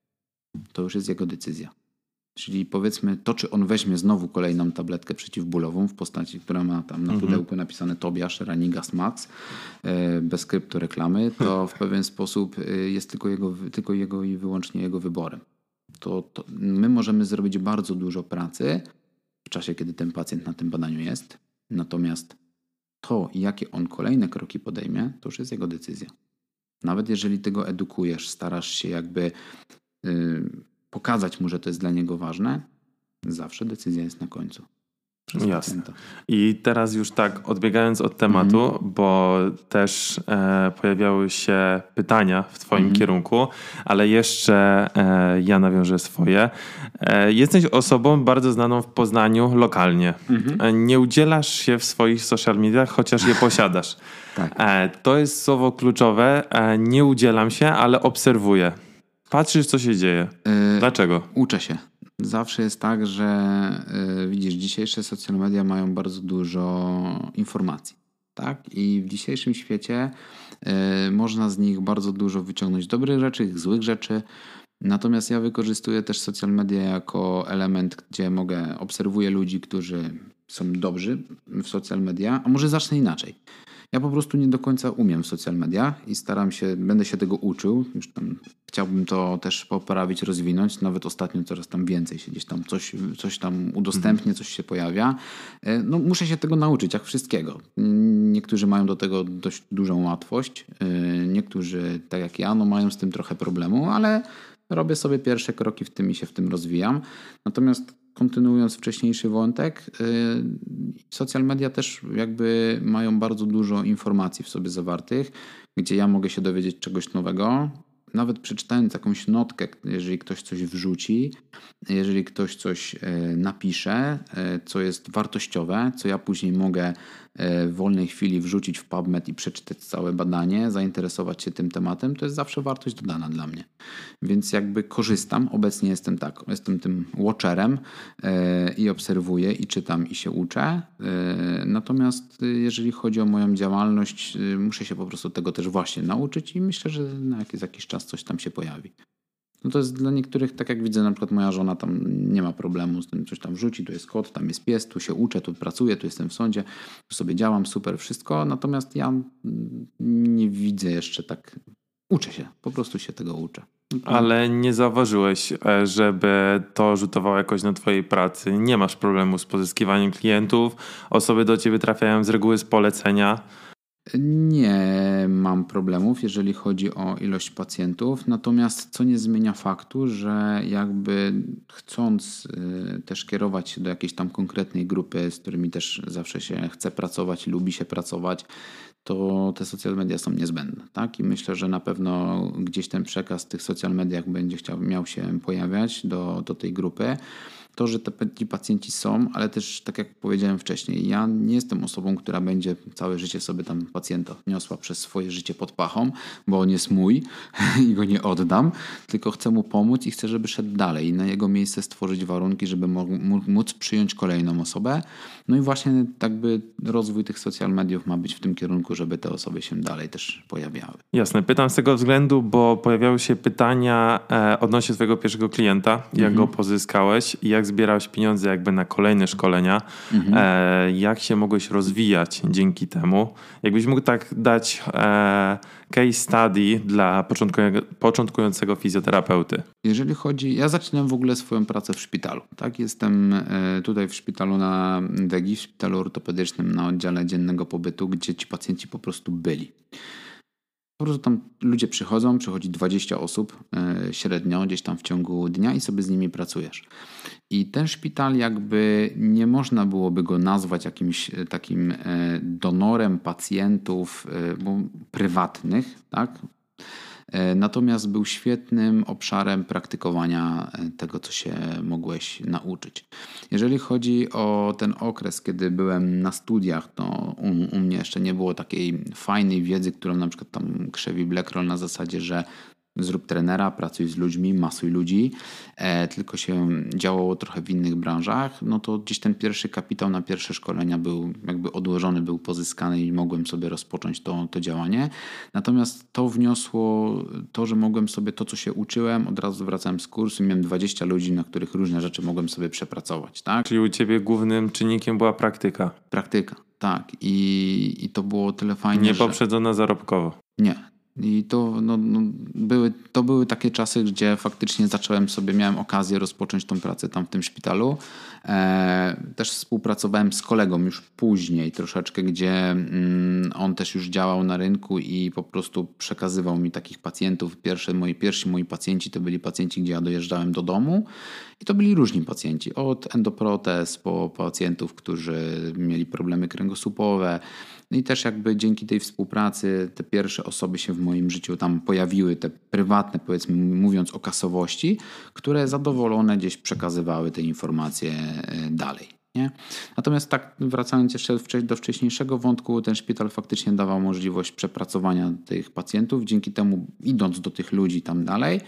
To już jest jego decyzja. Czyli powiedzmy to, czy on weźmie znowu kolejną tabletkę przeciwbólową w postaci, która ma tam na pudełku mhm. napisane Tobiasz, Ranigas Max, bez kryptoreklamy, to w pewien sposób jest tylko jego, tylko jego i wyłącznie jego wyborem. To, to my możemy zrobić bardzo dużo pracy w czasie, kiedy ten pacjent na tym badaniu jest. Natomiast to, jakie on kolejne kroki podejmie, to już jest jego decyzja. Nawet jeżeli ty go edukujesz, starasz się jakby yy, pokazać mu, że to jest dla niego ważne, zawsze decyzja jest na końcu. Jasne. I teraz już tak odbiegając od tematu, mm. bo też e, pojawiały się pytania w twoim mm. kierunku, ale jeszcze e, ja nawiążę swoje. E, jesteś osobą bardzo znaną w Poznaniu lokalnie. Mm-hmm. E, nie udzielasz się w swoich social mediach, chociaż je posiadasz. Tak. E, to jest słowo kluczowe. E, nie udzielam się, ale obserwuję. Patrzysz, co się dzieje. Yy, Dlaczego? Uczę się. Zawsze jest tak, że yy, widzisz, dzisiejsze social media mają bardzo dużo informacji. Tak? I w dzisiejszym świecie yy, można z nich bardzo dużo wyciągnąć dobrych rzeczy, złych rzeczy. Natomiast ja wykorzystuję też social media jako element, gdzie mogę, obserwuję ludzi, którzy są dobrzy w social media, a może zacznę inaczej. Ja po prostu nie do końca umiem w social media i staram się, będę się tego uczył. Już tam chciałbym to też poprawić, rozwinąć. Nawet ostatnio coraz tam więcej się gdzieś tam coś, coś tam udostępnię, coś się pojawia. No muszę się tego nauczyć, jak wszystkiego. Niektórzy mają do tego dość dużą łatwość. Niektórzy, tak jak ja, no mają z tym trochę problemu, ale robię sobie pierwsze kroki w tym i się w tym rozwijam. Natomiast kontynuując wcześniejszy wątek, yy, social media też jakby mają bardzo dużo informacji w sobie zawartych, gdzie ja mogę się dowiedzieć czegoś nowego. Nawet przeczytając jakąś notkę, jeżeli ktoś coś wrzuci, jeżeli ktoś coś yy, napisze, yy, co jest wartościowe, co ja później mogę w wolnej chwili wrzucić w PubMed i przeczytać całe badanie, zainteresować się tym tematem, to jest zawsze wartość dodana dla mnie. Więc jakby korzystam, obecnie jestem tak, jestem tym watcherem yy, i obserwuję i czytam i się uczę. Yy, natomiast jeżeli chodzi o moją działalność, yy, muszę się po prostu tego też właśnie nauczyć i myślę, że na jakiś, jakiś czas coś tam się pojawi. No to jest dla niektórych, tak jak widzę, na przykład moja żona tam nie ma problemu z tym, coś tam wrzuci, tu jest kot, tam jest pies, tu się uczę, tu pracuję, tu jestem w sądzie, tu sobie działam, super, wszystko. Natomiast ja nie widzę jeszcze tak, uczę się, po prostu się tego uczę. Ale nie zauważyłeś, żeby to rzutowało jakoś na twojej pracy. Nie masz problemu z pozyskiwaniem klientów, osoby do ciebie trafiają z reguły z polecenia. Nie mam problemów, jeżeli chodzi o ilość pacjentów, natomiast co nie zmienia faktu, że jakby chcąc y, też kierować się do jakiejś tam konkretnej grupy, z którymi też zawsze się chce pracować, lubi się pracować, to te social media są niezbędne. Tak? I myślę, że na pewno gdzieś ten przekaz w tych social mediach będzie chciał, miał się pojawiać do, do tej grupy. To, że te, ci pacjenci są, ale też tak jak powiedziałem wcześniej, ja nie jestem osobą, która będzie całe życie sobie tam pacjenta niosła przez swoje życie pod pachą, bo on jest mój i go nie oddam, tylko chcę mu pomóc i chcę, żeby szedł dalej i na jego miejsce stworzyć warunki, żeby móc przyjąć kolejną osobę. No i właśnie jakby rozwój tych social mediów ma być w tym kierunku, żeby te osoby się dalej też pojawiały. Jasne, pytam z tego względu, bo pojawiały się pytania e, odnośnie twojego pierwszego klienta, jak mhm. go pozyskałeś i jak zbierałeś pieniądze jakby na kolejne szkolenia, mhm. e, jak się mogłeś rozwijać dzięki temu. Jakbyś mógł tak dać e, case study dla początkującego, początkującego fizjoterapeuty. Jeżeli chodzi, ja zaczynam w ogóle swoją pracę w szpitalu. Tak, jestem e, tutaj w szpitalu na Degi, w szpitalu ortopedycznym na oddziale dziennego pobytu, gdzie ci pacjenci po prostu byli. Po prostu tam ludzie przychodzą, przychodzi dwadzieścia osób e, średnio gdzieś tam w ciągu dnia i sobie z nimi pracujesz. I ten szpital jakby nie można byłoby go nazwać jakimś takim e, donorem pacjentów e, bo, prywatnych, tak? Natomiast był świetnym obszarem praktykowania tego, co się mogłeś nauczyć. Jeżeli chodzi o ten okres, kiedy byłem na studiach, to u, u mnie jeszcze nie było takiej fajnej wiedzy, którą na przykład tam krzewi Blackroll na zasadzie, że zrób trenera, pracuj z ludźmi, masuj ludzi, e, tylko się działało trochę w innych branżach, no to gdzieś ten pierwszy kapitał na pierwsze szkolenia był jakby odłożony, był pozyskany i mogłem sobie rozpocząć to, to działanie. Natomiast to wniosło to, że mogłem sobie to, co się uczyłem, od razu wracałem z kursu i miałem dwadzieścia ludzi, na których różne rzeczy mogłem sobie przepracować. Tak? Czyli u ciebie głównym czynnikiem była praktyka. Praktyka, tak. I, i to było tyle fajnie, Nie poprzedzona że... zarobkowo. Nie. I to, no, no, były, to były takie czasy, gdzie faktycznie zacząłem sobie, miałem okazję rozpocząć tą pracę tam w tym szpitalu. E, też współpracowałem z kolegą już później troszeczkę, gdzie mm, on też już działał na rynku i po prostu przekazywał mi takich pacjentów. Pierwsze, moi, pierwsi moi pacjenci to byli pacjenci, gdzie ja dojeżdżałem do domu i to byli różni pacjenci. Od endoprotez po pacjentów, którzy mieli problemy kręgosłupowe. No i też jakby dzięki tej współpracy te pierwsze osoby się w moim życiu tam pojawiły, te prywatne, powiedzmy mówiąc o kasowości, które zadowolone gdzieś przekazywały te informacje dalej. Nie? Natomiast tak wracając jeszcze do wcześniejszego wątku, ten szpital faktycznie dawał możliwość przepracowania tych pacjentów. Dzięki temu idąc do tych ludzi tam dalej,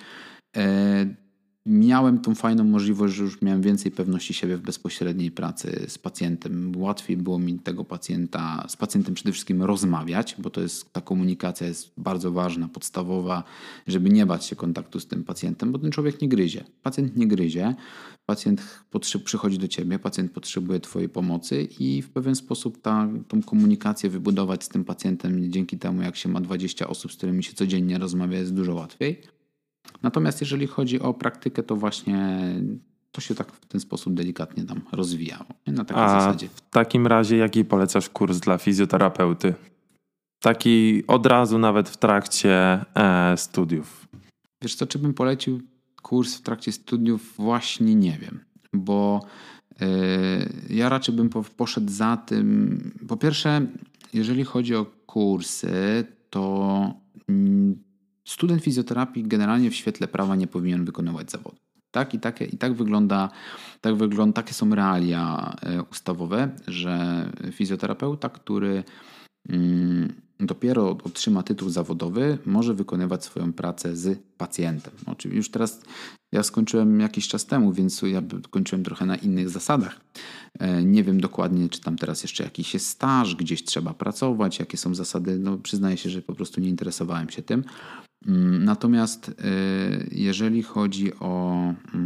Miałem tą fajną możliwość, że już miałem więcej pewności siebie w bezpośredniej pracy z pacjentem. Łatwiej było mi tego pacjenta, z pacjentem przede wszystkim rozmawiać, bo to jest, ta komunikacja jest bardzo ważna, podstawowa, żeby nie bać się kontaktu z tym pacjentem, bo ten człowiek nie gryzie. Pacjent nie gryzie, pacjent potrzeb, przychodzi do ciebie, pacjent potrzebuje twojej pomocy i w pewien sposób ta, tą komunikację wybudować z tym pacjentem dzięki temu, jak się ma dwadzieścia osób, z którymi się codziennie rozmawia, jest dużo łatwiej. Natomiast jeżeli chodzi o praktykę, to właśnie to się tak w ten sposób delikatnie tam rozwijało. Na takiej A zasadzie. W takim razie jaki polecasz kurs dla fizjoterapeuty? Taki od razu nawet w trakcie e, studiów. Wiesz co, czy bym polecił kurs w trakcie studiów? Właśnie nie wiem, bo yy, ja raczej bym po, poszedł za tym. Po pierwsze, jeżeli chodzi o kursy, to yy, student fizjoterapii generalnie w świetle prawa nie powinien wykonywać zawodu. Tak? I, takie, i tak wygląda, tak wygląda, takie są realia ustawowe, że fizjoterapeuta, który mm, dopiero otrzyma tytuł zawodowy, może wykonywać swoją pracę z pacjentem. Oczywiście już teraz ja skończyłem jakiś czas temu, więc ja kończyłem trochę na innych zasadach. Nie wiem dokładnie, czy tam teraz jeszcze jakiś jest staż, gdzieś trzeba pracować, jakie są zasady. No, przyznaję się, że po prostu nie interesowałem się tym. Natomiast jeżeli chodzi o...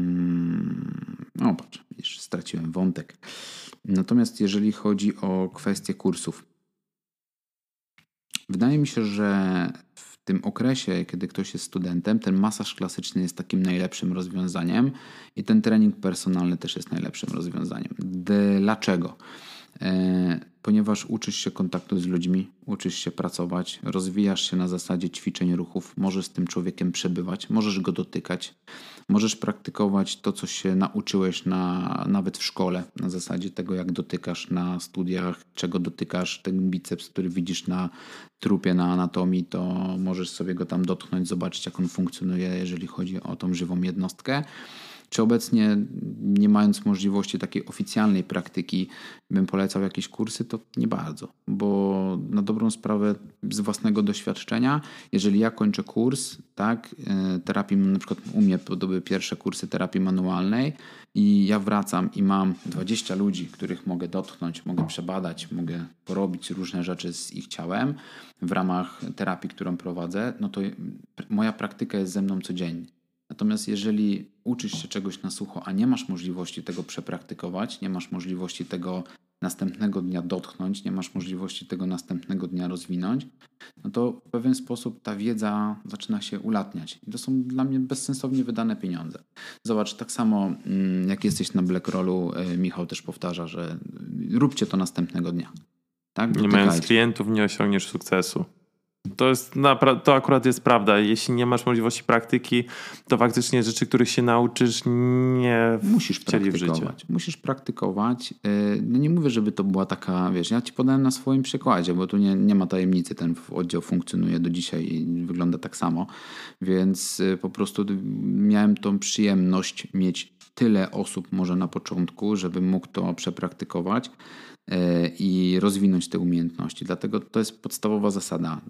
No patrz, jeszcze straciłem wątek. Natomiast jeżeli chodzi o kwestię kursów, wydaje mi się, że w tym okresie, kiedy ktoś jest studentem, ten masaż klasyczny jest takim najlepszym rozwiązaniem i ten trening personalny też jest najlepszym rozwiązaniem. Dlaczego? E, ponieważ uczysz się kontaktu z ludźmi, uczysz się pracować, rozwijasz się na zasadzie ćwiczeń ruchów, możesz z tym człowiekiem przebywać, możesz go dotykać, możesz praktykować to, co się nauczyłeś na, nawet w szkole, na zasadzie tego, jak dotykasz na studiach, czego dotykasz, ten biceps, który widzisz na trupie, na anatomii, to możesz sobie go tam dotknąć, zobaczyć, jak on funkcjonuje, jeżeli chodzi o tą żywą jednostkę. Czy obecnie, nie mając możliwości takiej oficjalnej praktyki, bym polecał jakieś kursy, to nie bardzo, bo na dobrą sprawę z własnego doświadczenia, jeżeli ja kończę kurs, tak, terapii, na przykład u mnie to były pierwsze kursy terapii manualnej i ja wracam i mam dwadzieścia ludzi, których mogę dotknąć, mogę przebadać, mogę porobić różne rzeczy z ich ciałem w ramach terapii, którą prowadzę, no to moja praktyka jest ze mną codziennie. Natomiast jeżeli uczysz się czegoś na sucho, a nie masz możliwości tego przepraktykować, nie masz możliwości tego następnego dnia dotknąć, nie masz możliwości tego następnego dnia rozwinąć, no to w pewien sposób ta wiedza zaczyna się ulatniać. I to są dla mnie bezsensownie wydane pieniądze. Zobacz, tak samo jak jesteś na Blackrollu, Michał też powtarza, że róbcie to następnego dnia. Tak? Nie mając klientów nie osiągniesz sukcesu. To, jest napra- to akurat jest prawda. Jeśli nie masz możliwości praktyki, to faktycznie rzeczy, których się nauczysz, nie musisz wcieli w życie. Musisz praktykować. No nie mówię, żeby to była taka, wiesz, ja ci podałem na swoim przykładzie, bo tu nie, nie ma tajemnicy. Ten oddział funkcjonuje do dzisiaj i wygląda tak samo. Więc po prostu miałem tą przyjemność mieć tyle osób może na początku, żebym mógł to przepraktykować i rozwinąć te umiejętności. Dlatego to jest podstawowa zasada.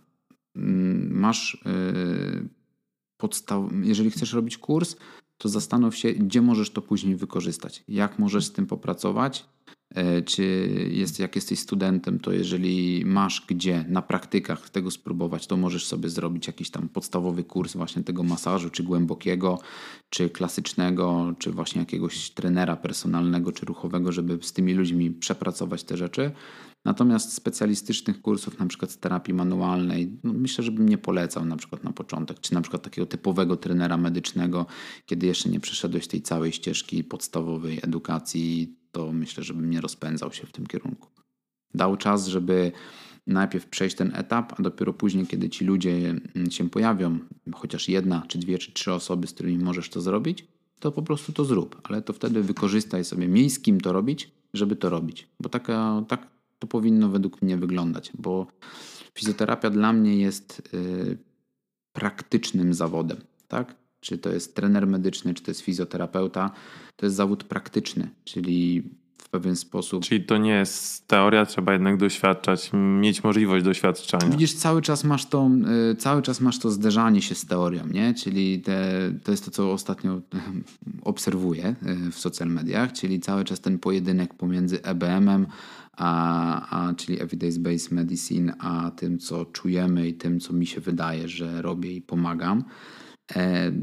Masz podstaw... Jeżeli chcesz robić kurs, to zastanów się, gdzie możesz to później wykorzystać. Jak możesz z tym popracować. Czy jest, jak jesteś studentem, to jeżeli masz gdzie na praktykach tego spróbować, to możesz sobie zrobić jakiś tam podstawowy kurs właśnie tego masażu, czy głębokiego, czy klasycznego, czy właśnie jakiegoś trenera personalnego, czy ruchowego, żeby z tymi ludźmi przepracować te rzeczy. Natomiast specjalistycznych kursów, na przykład z terapii manualnej, no myślę, że bym nie polecał na przykład na początek, czy na przykład takiego typowego trenera medycznego, kiedy jeszcze nie przeszedłeś tej całej ścieżki podstawowej edukacji, to myślę, że bym nie rozpędzał się w tym kierunku. Dał czas, żeby najpierw przejść ten etap, a dopiero później, kiedy ci ludzie się pojawią, chociaż jedna, czy dwie, czy trzy osoby, z którymi możesz to zrobić, to po prostu to zrób. Ale to wtedy wykorzystaj sobie, miej z kim to robić, żeby to robić. Bo taka, tak to powinno według mnie wyglądać, bo fizjoterapia dla mnie jest yy, praktycznym zawodem, tak? Czy to jest trener medyczny, czy to jest fizjoterapeuta, to jest zawód praktyczny, czyli w pewien sposób. Czyli to nie jest teoria, trzeba jednak doświadczać, mieć możliwość doświadczenia. Widzisz, cały czas masz to, cały czas masz to zderzanie się z teorią, nie? Czyli te, to jest to, co ostatnio obserwuję w social mediach, czyli cały czas ten pojedynek pomiędzy E B M-em, a, a, czyli Evidence-Based Medicine, a tym, co czujemy i tym, co mi się wydaje, że robię i pomagam. E,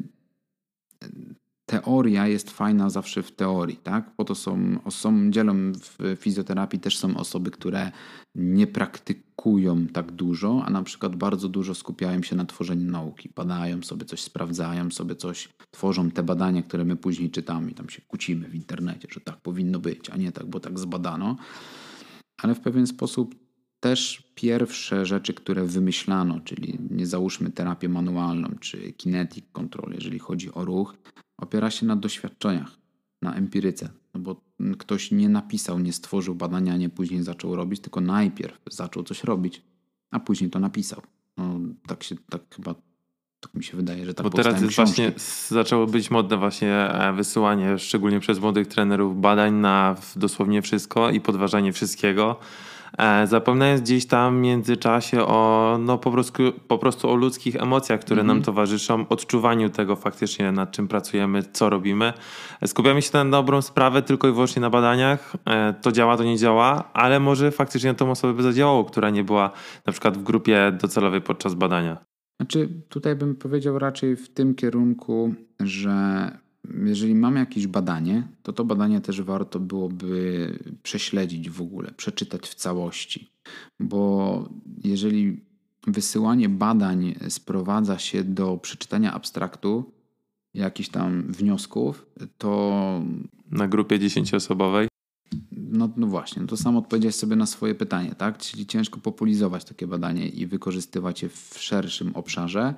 Teoria jest fajna zawsze w teorii, tak? Po to są, są dzielą w fizjoterapii też są osoby, które nie praktykują tak dużo, a na przykład bardzo dużo skupiają się na tworzeniu nauki. Badają sobie coś, sprawdzają sobie coś, tworzą te badania, które my później czytamy. Tam się kłócimy w internecie, że tak powinno być, a nie tak, bo tak zbadano. Ale w pewien sposób też pierwsze rzeczy, które wymyślano, czyli nie załóżmy terapię manualną czy kinetic control, jeżeli chodzi o ruch, opiera się na doświadczeniach, na empiryce. No bo ktoś nie napisał, nie stworzył badania, nie później zaczął robić, tylko najpierw zaczął coś robić, a później to napisał. No, tak się, tak chyba, tak mi się wydaje, że tak Bo teraz jest książki. właśnie, zaczęło być modne właśnie wysyłanie, szczególnie przez młodych trenerów, badań na dosłownie wszystko i podważanie wszystkiego. Zapominając gdzieś tam w międzyczasie o no po prostu, po prostu o ludzkich emocjach, które mm. nam towarzyszą, odczuwaniu tego faktycznie, nad czym pracujemy, co robimy. Skupiamy się na dobrą sprawę tylko i wyłącznie na badaniach. To działa, to nie działa, ale może faktycznie tą osobę by zadziałało, która nie była na przykład w grupie docelowej podczas badania. Znaczy tutaj bym powiedział raczej w tym kierunku, że jeżeli mamy jakieś badanie, to to badanie też warto byłoby prześledzić w ogóle, przeczytać w całości. Bo jeżeli wysyłanie badań sprowadza się do przeczytania abstraktu, jakichś tam wniosków, to... Na grupie dziesięcioosobowej? No, no właśnie, to sam odpowiedziałeś sobie na swoje pytanie, tak? Czyli ciężko populizować takie badanie i wykorzystywać je w szerszym obszarze.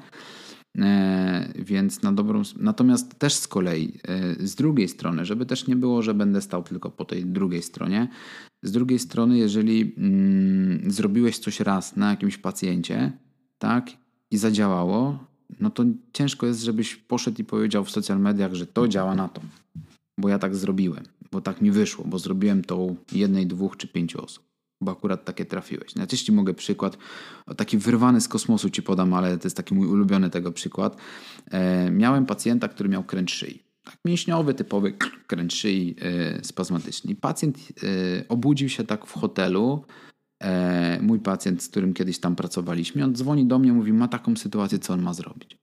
E, więc na dobrą... Natomiast też z kolei e, z drugiej strony, żeby też nie było, że będę stał tylko po tej drugiej stronie, z drugiej strony, jeżeli mm, zrobiłeś coś raz na jakimś pacjencie, tak, i zadziałało, no to ciężko jest, żebyś poszedł i powiedział w social mediach, że to działa na to, bo ja tak zrobiłem, bo tak mi wyszło, bo zrobiłem to u jednej, dwóch czy pięciu osób. Bo akurat takie trafiłeś. Ja też ci mogę przykład, taki wyrwany z kosmosu ci podam, ale to jest taki mój ulubiony tego przykład. E, miałem pacjenta, który miał kręt szyi. Tak, mięśniowy, typowy kręt szyi e, spazmatyczny. I pacjent e, obudził się tak w hotelu. E, mój pacjent, z którym kiedyś tam pracowaliśmy, on dzwoni do mnie, mówi, ma taką sytuację, co on ma zrobić.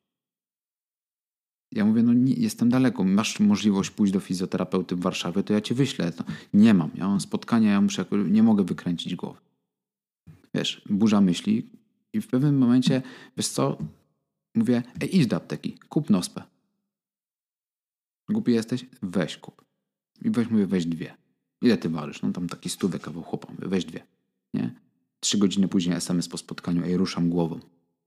Ja mówię, no nie, jestem daleko, masz możliwość pójść do fizjoterapeuty w Warszawie, to ja cię wyślę. No, nie mam, ja mam spotkania, ja muszę, nie mogę wykręcić głowy. Wiesz, burza myśli i w pewnym momencie, wiesz co, mówię, ej, idź do apteki, kup nospę. Głupi jesteś? Weź kup. I weź, mówię, weź dwie. Ile ty ważysz? No tam taki stówek kawał chłopa, mówię, weź dwie. Nie? Trzy godziny później es em es po spotkaniu, ej, ruszam głową.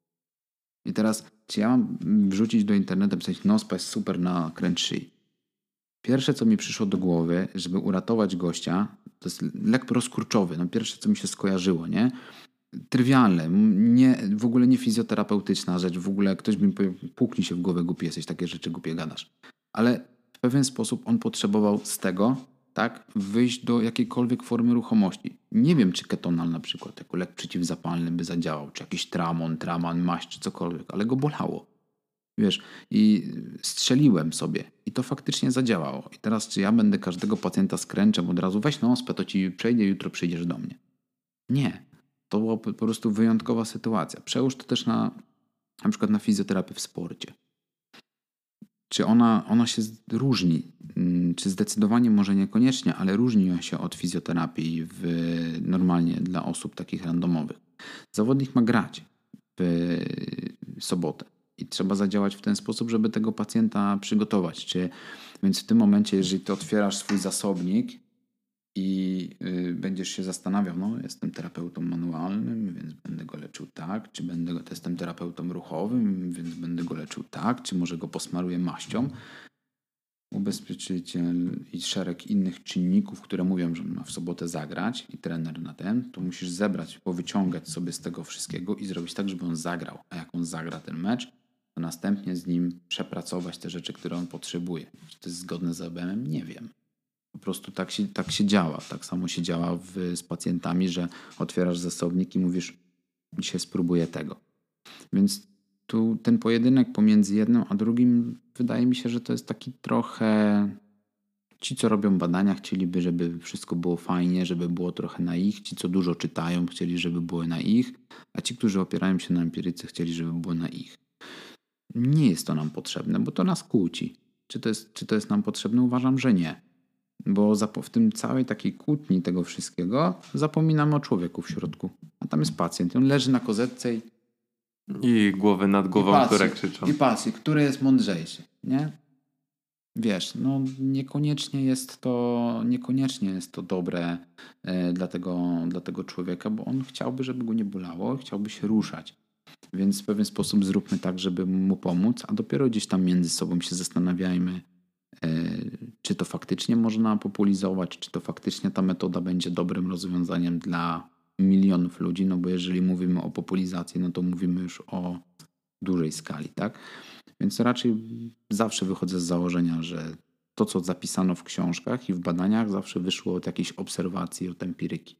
I teraz, czy ja mam wrzucić do internetu, pisać, nospa jest super na kręt szyi. Pierwsze, co mi przyszło do głowy, żeby uratować gościa, to jest lek rozkurczowy. No pierwsze, co mi się skojarzyło, nie? Trywialne, nie, w ogóle nie fizjoterapeutyczna rzecz, w ogóle ktoś by mi powiedział, puknij się w głowę, głupi jesteś, takie rzeczy głupie gadasz. Ale w pewien sposób on potrzebował z tego, tak, wyjść do jakiejkolwiek formy ruchomości. Nie wiem, czy ketonal na przykład jako lek przeciwzapalny by zadziałał, czy jakiś tramon, traman, maść, czy cokolwiek, ale go bolało. Wiesz, i strzeliłem sobie i to faktycznie zadziałało. I teraz, czy ja będę każdego pacjenta skręczem od razu, weź na ospę, to ci przejdzie, jutro przyjdziesz do mnie. Nie. To była po prostu wyjątkowa sytuacja. Przełóż to też na, na przykład na fizjoterapię w sporcie. Czy ona, ona się różni? Czy zdecydowanie może niekoniecznie, ale różni się od fizjoterapii w, normalnie dla osób takich randomowych. Zawodnik ma grać w sobotę i trzeba zadziałać w ten sposób, żeby tego pacjenta przygotować. Czy, więc w tym momencie, jeżeli ty otwierasz swój zasobnik i y, będziesz się zastanawiał, no jestem terapeutą manualnym, więc będę go leczył tak, czy będę go, jestem terapeutą ruchowym, więc będę go leczył tak, czy może go posmaruję maścią. Ubezpieczyciel i szereg innych czynników, które mówią, że ma w sobotę zagrać i trener na ten, to musisz zebrać, powyciągać sobie z tego wszystkiego i zrobić tak, żeby on zagrał. A jak on zagra ten mecz, to następnie z nim przepracować te rzeczy, które on potrzebuje. Czy to jest zgodne z A B M-em? Nie wiem. Po prostu tak się, tak się działa. Tak samo się działa w, z pacjentami, że otwierasz zasobnik i mówisz, dzisiaj spróbuję tego. Więc tu ten pojedynek pomiędzy jednym a drugim, wydaje mi się, że to jest taki trochę... Ci, co robią badania, chcieliby, żeby wszystko było fajnie, żeby było trochę na ich. Ci, co dużo czytają, chcieli, żeby było na ich. A ci, którzy opierają się na empiryce, chcieli, żeby było na ich. Nie jest to nam potrzebne, bo to nas kłóci. Czy to jest, czy to jest nam potrzebne? Uważam, że nie. Bo w tym całej takiej kłótni tego wszystkiego zapominamy o człowieku w środku. A tam jest pacjent. On leży na kozetce i... I głowy nad głową, patrzy, które krzyczą. I patrzy, który jest mądrzejszy, nie? Wiesz, no niekoniecznie jest to, niekoniecznie jest to dobre e, dla, tego, dla tego człowieka, bo on chciałby, żeby go nie bolało, chciałby się ruszać. Więc w pewien sposób zróbmy tak, żeby mu pomóc, a dopiero gdzieś tam między sobą się zastanawiajmy, e, czy to faktycznie można populizować, czy to faktycznie ta metoda będzie dobrym rozwiązaniem dla milionów ludzi, no bo jeżeli mówimy o populizacji, no to mówimy już o dużej skali, tak? Więc raczej zawsze wychodzę z założenia, że to, co zapisano w książkach i w badaniach, zawsze wyszło od jakiejś obserwacji, od empiryki.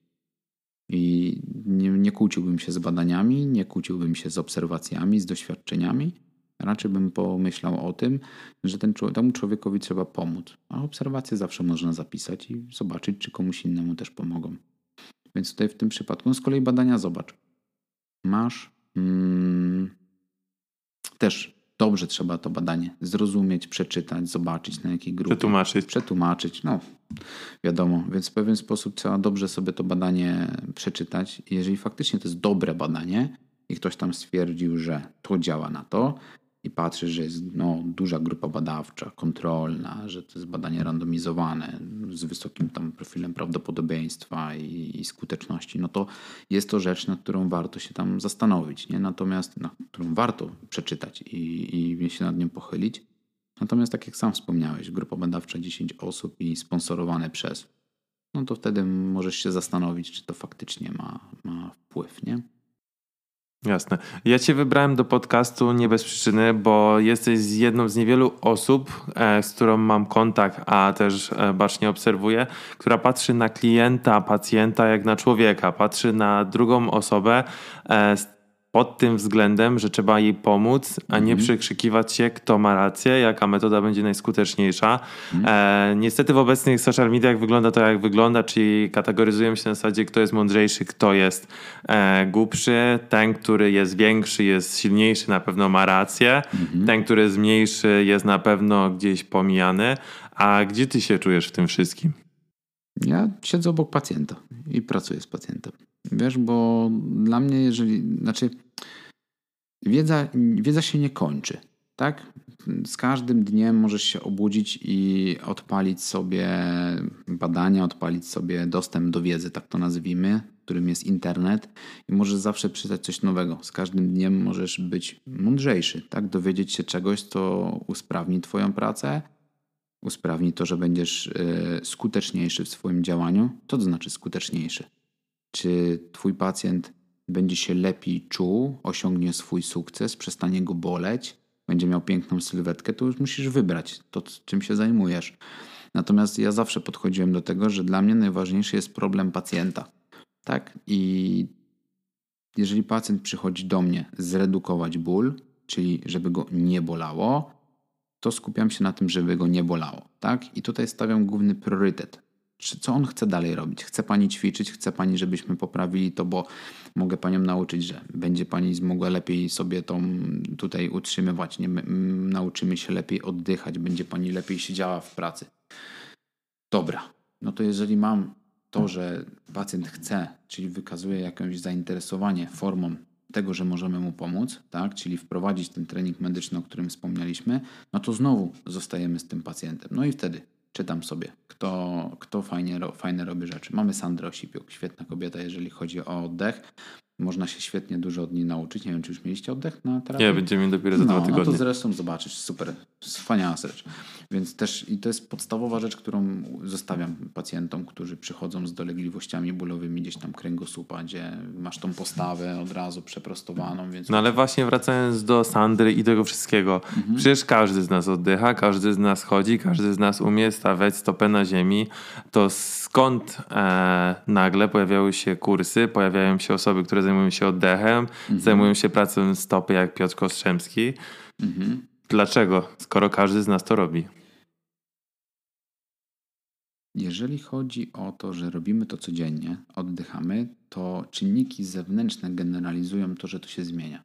I nie, nie kłóciłbym się z badaniami, nie kłóciłbym się z obserwacjami, z doświadczeniami. Raczej bym pomyślał o tym, że ten, temu człowiekowi trzeba pomóc. A obserwacje zawsze można zapisać i zobaczyć, czy komuś innemu też pomogą. Więc tutaj w tym przypadku, no z kolei badania zobacz. Masz mm, też dobrze trzeba to badanie zrozumieć, przeczytać, zobaczyć na jakiej grupie. Przetłumaczyć. Przetłumaczyć, no wiadomo. Więc w pewien sposób trzeba dobrze sobie to badanie przeczytać. Jeżeli faktycznie to jest dobre badanie i ktoś tam stwierdził, że to działa na to i patrzy, że jest no, duża grupa badawcza, kontrolna, że to jest badanie randomizowane z wysokim tam profilem prawdopodobieństwa i, i skuteczności, no to jest to rzecz, nad którą warto się tam zastanowić, nie? Natomiast nad którą warto przeczytać i, i się nad nią pochylić. Natomiast tak jak sam wspomniałeś, grupa badawcza dziesięć osób i sponsorowane przez, no to wtedy możesz się zastanowić, czy to faktycznie ma, ma wpływ, nie? Jasne. Ja cię wybrałem do podcastu nie bez przyczyny, bo jesteś z jedną z niewielu osób, e, z którą mam kontakt, a też e, bacznie obserwuję, która patrzy na klienta, pacjenta jak na człowieka. Patrzy na drugą osobę e, pod tym względem, że trzeba jej pomóc, a nie mm. przekrzykiwać się, kto ma rację, jaka metoda będzie najskuteczniejsza. Mm. E, niestety w obecnych social mediach wygląda to, jak wygląda, czyli kategoryzujemy się na zasadzie, kto jest mądrzejszy, kto jest e, głupszy. Ten, który jest większy, jest silniejszy, na pewno ma rację. Mm-hmm. Ten, który jest mniejszy, jest na pewno gdzieś pomijany. A gdzie ty się czujesz w tym wszystkim? Ja siedzę obok pacjenta i pracuję z pacjentem. Wiesz, bo dla mnie, jeżeli, znaczy wiedza, wiedza się nie kończy, tak? Z każdym dniem możesz się obudzić i odpalić sobie badania, odpalić sobie dostęp do wiedzy, tak to nazwijmy, którym jest internet i możesz zawsze przeczytać coś nowego. Z każdym dniem możesz być mądrzejszy, tak? Dowiedzieć się czegoś, co usprawni twoją pracę, usprawni to, że będziesz skuteczniejszy w swoim działaniu. Co to znaczy skuteczniejszy? Czy twój pacjent będzie się lepiej czuł, osiągnie swój sukces, przestanie go boleć, będzie miał piękną sylwetkę, to już musisz wybrać to, czym się zajmujesz. Natomiast ja zawsze podchodziłem do tego, że dla mnie najważniejszy jest problem pacjenta. Tak? I jeżeli pacjent przychodzi do mnie zredukować ból, czyli żeby go nie bolało, to skupiam się na tym, żeby go nie bolało. Tak? I tutaj stawiam główny priorytet. Co on chce dalej robić? Chce pani ćwiczyć? Chce pani, żebyśmy poprawili to, bo mogę panią nauczyć, że będzie pani mogła lepiej sobie tą tutaj utrzymywać. Nie, nauczymy się lepiej oddychać. Będzie pani lepiej siedziała w pracy. Dobra. No to jeżeli mam to, że pacjent chce, czyli wykazuje jakieś zainteresowanie formą tego, że możemy mu pomóc, tak, czyli wprowadzić ten trening medyczny, o którym wspomnieliśmy, no to znowu zostajemy z tym pacjentem. No i wtedy czytam sobie, kto, kto fajnie, fajne robi rzeczy. Mamy Sandrę Osipiuk, świetna kobieta, jeżeli chodzi o oddech. Można się świetnie dużo od niej nauczyć. Nie wiem, czy już mieliście oddech na terapię? Nie, będziemy dopiero za no, dwa tygodnie. No to zresztą zobaczysz, super, Wspaniała rzecz. Więc też i to jest podstawowa rzecz, którą zostawiam pacjentom, którzy przychodzą z dolegliwościami bólowymi gdzieś tam kręgosłupa, gdzie masz tą postawę od razu przeprostowaną. Więc no ale właśnie wracając do Sandry i tego wszystkiego. Mhm. Przecież każdy z nas oddycha, każdy z nas chodzi, każdy z nas umie stawiać stopę na ziemi. To skąd e, nagle pojawiały się kursy, pojawiają się osoby, które zajmują się oddechem, mhm. zajmują się pracą stopy jak Piotr Kostrzemski. Mhm. Dlaczego? Skoro każdy z nas to robi. Jeżeli chodzi o to, że robimy to codziennie, oddychamy, to czynniki zewnętrzne generalizują to, że to się zmienia.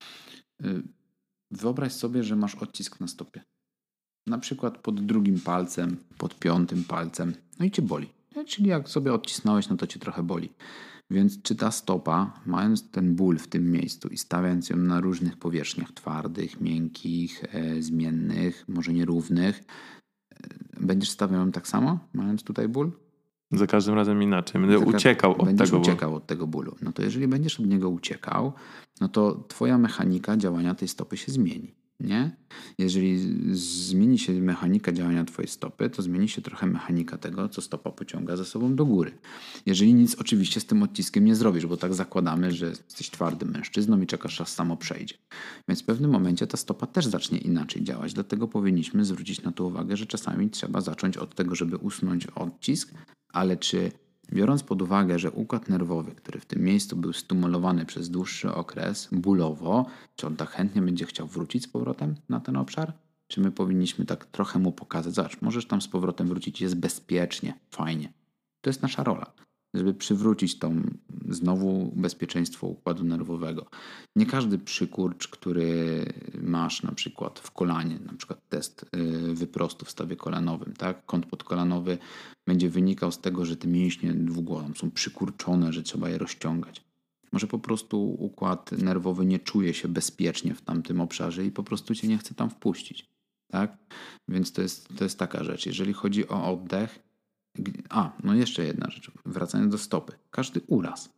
Wyobraź sobie, że masz odcisk na stopie. Na przykład pod drugim palcem, pod piątym palcem, no i cię boli. Czyli jak sobie odcisnąłeś, no to cię trochę boli. Więc czy ta stopa, mając ten ból w tym miejscu i stawiając ją na różnych powierzchniach, twardych, miękkich, e, zmiennych, może nierównych, e, będziesz stawiał ją tak samo, mając tutaj ból? Za każdym razem inaczej. Będę Za uciekał od będziesz tego uciekał bólu. od tego bólu. No to jeżeli będziesz od niego uciekał, no to twoja mechanika działania tej stopy się zmieni. Nie? Jeżeli zmieni się mechanika działania twojej stopy, to zmieni się trochę mechanika tego, co stopa pociąga za sobą do góry. Jeżeli nic oczywiście z tym odciskiem nie zrobisz, bo tak zakładamy, że jesteś twardym mężczyzną i czekasz, aż samo przejdzie. Więc w pewnym momencie ta stopa też zacznie inaczej działać. Dlatego powinniśmy zwrócić na to uwagę, że czasami trzeba zacząć od tego, żeby usunąć odcisk, ale czy biorąc pod uwagę, że układ nerwowy, który w tym miejscu był stymulowany przez dłuższy okres bólowo, czy on tak chętnie będzie chciał wrócić z powrotem na ten obszar? Czy my powinniśmy tak trochę mu pokazać, zobacz, możesz tam z powrotem wrócić, jest bezpiecznie, fajnie. To jest nasza rola, żeby przywrócić tą znowu bezpieczeństwo układu nerwowego. Nie każdy przykurcz, który masz na przykład w kolanie, na przykład test wyprostu w stawie kolanowym, tak? Kąt podkolanowy będzie wynikał z tego, że te mięśnie dwugłową są przykurczone, że trzeba je rozciągać. Może po prostu układ nerwowy nie czuje się bezpiecznie w tamtym obszarze i po prostu cię nie chce tam wpuścić. Tak? Więc to jest, to jest taka rzecz. Jeżeli chodzi o oddech, a, no jeszcze jedna rzecz, wracając do stopy. Każdy uraz.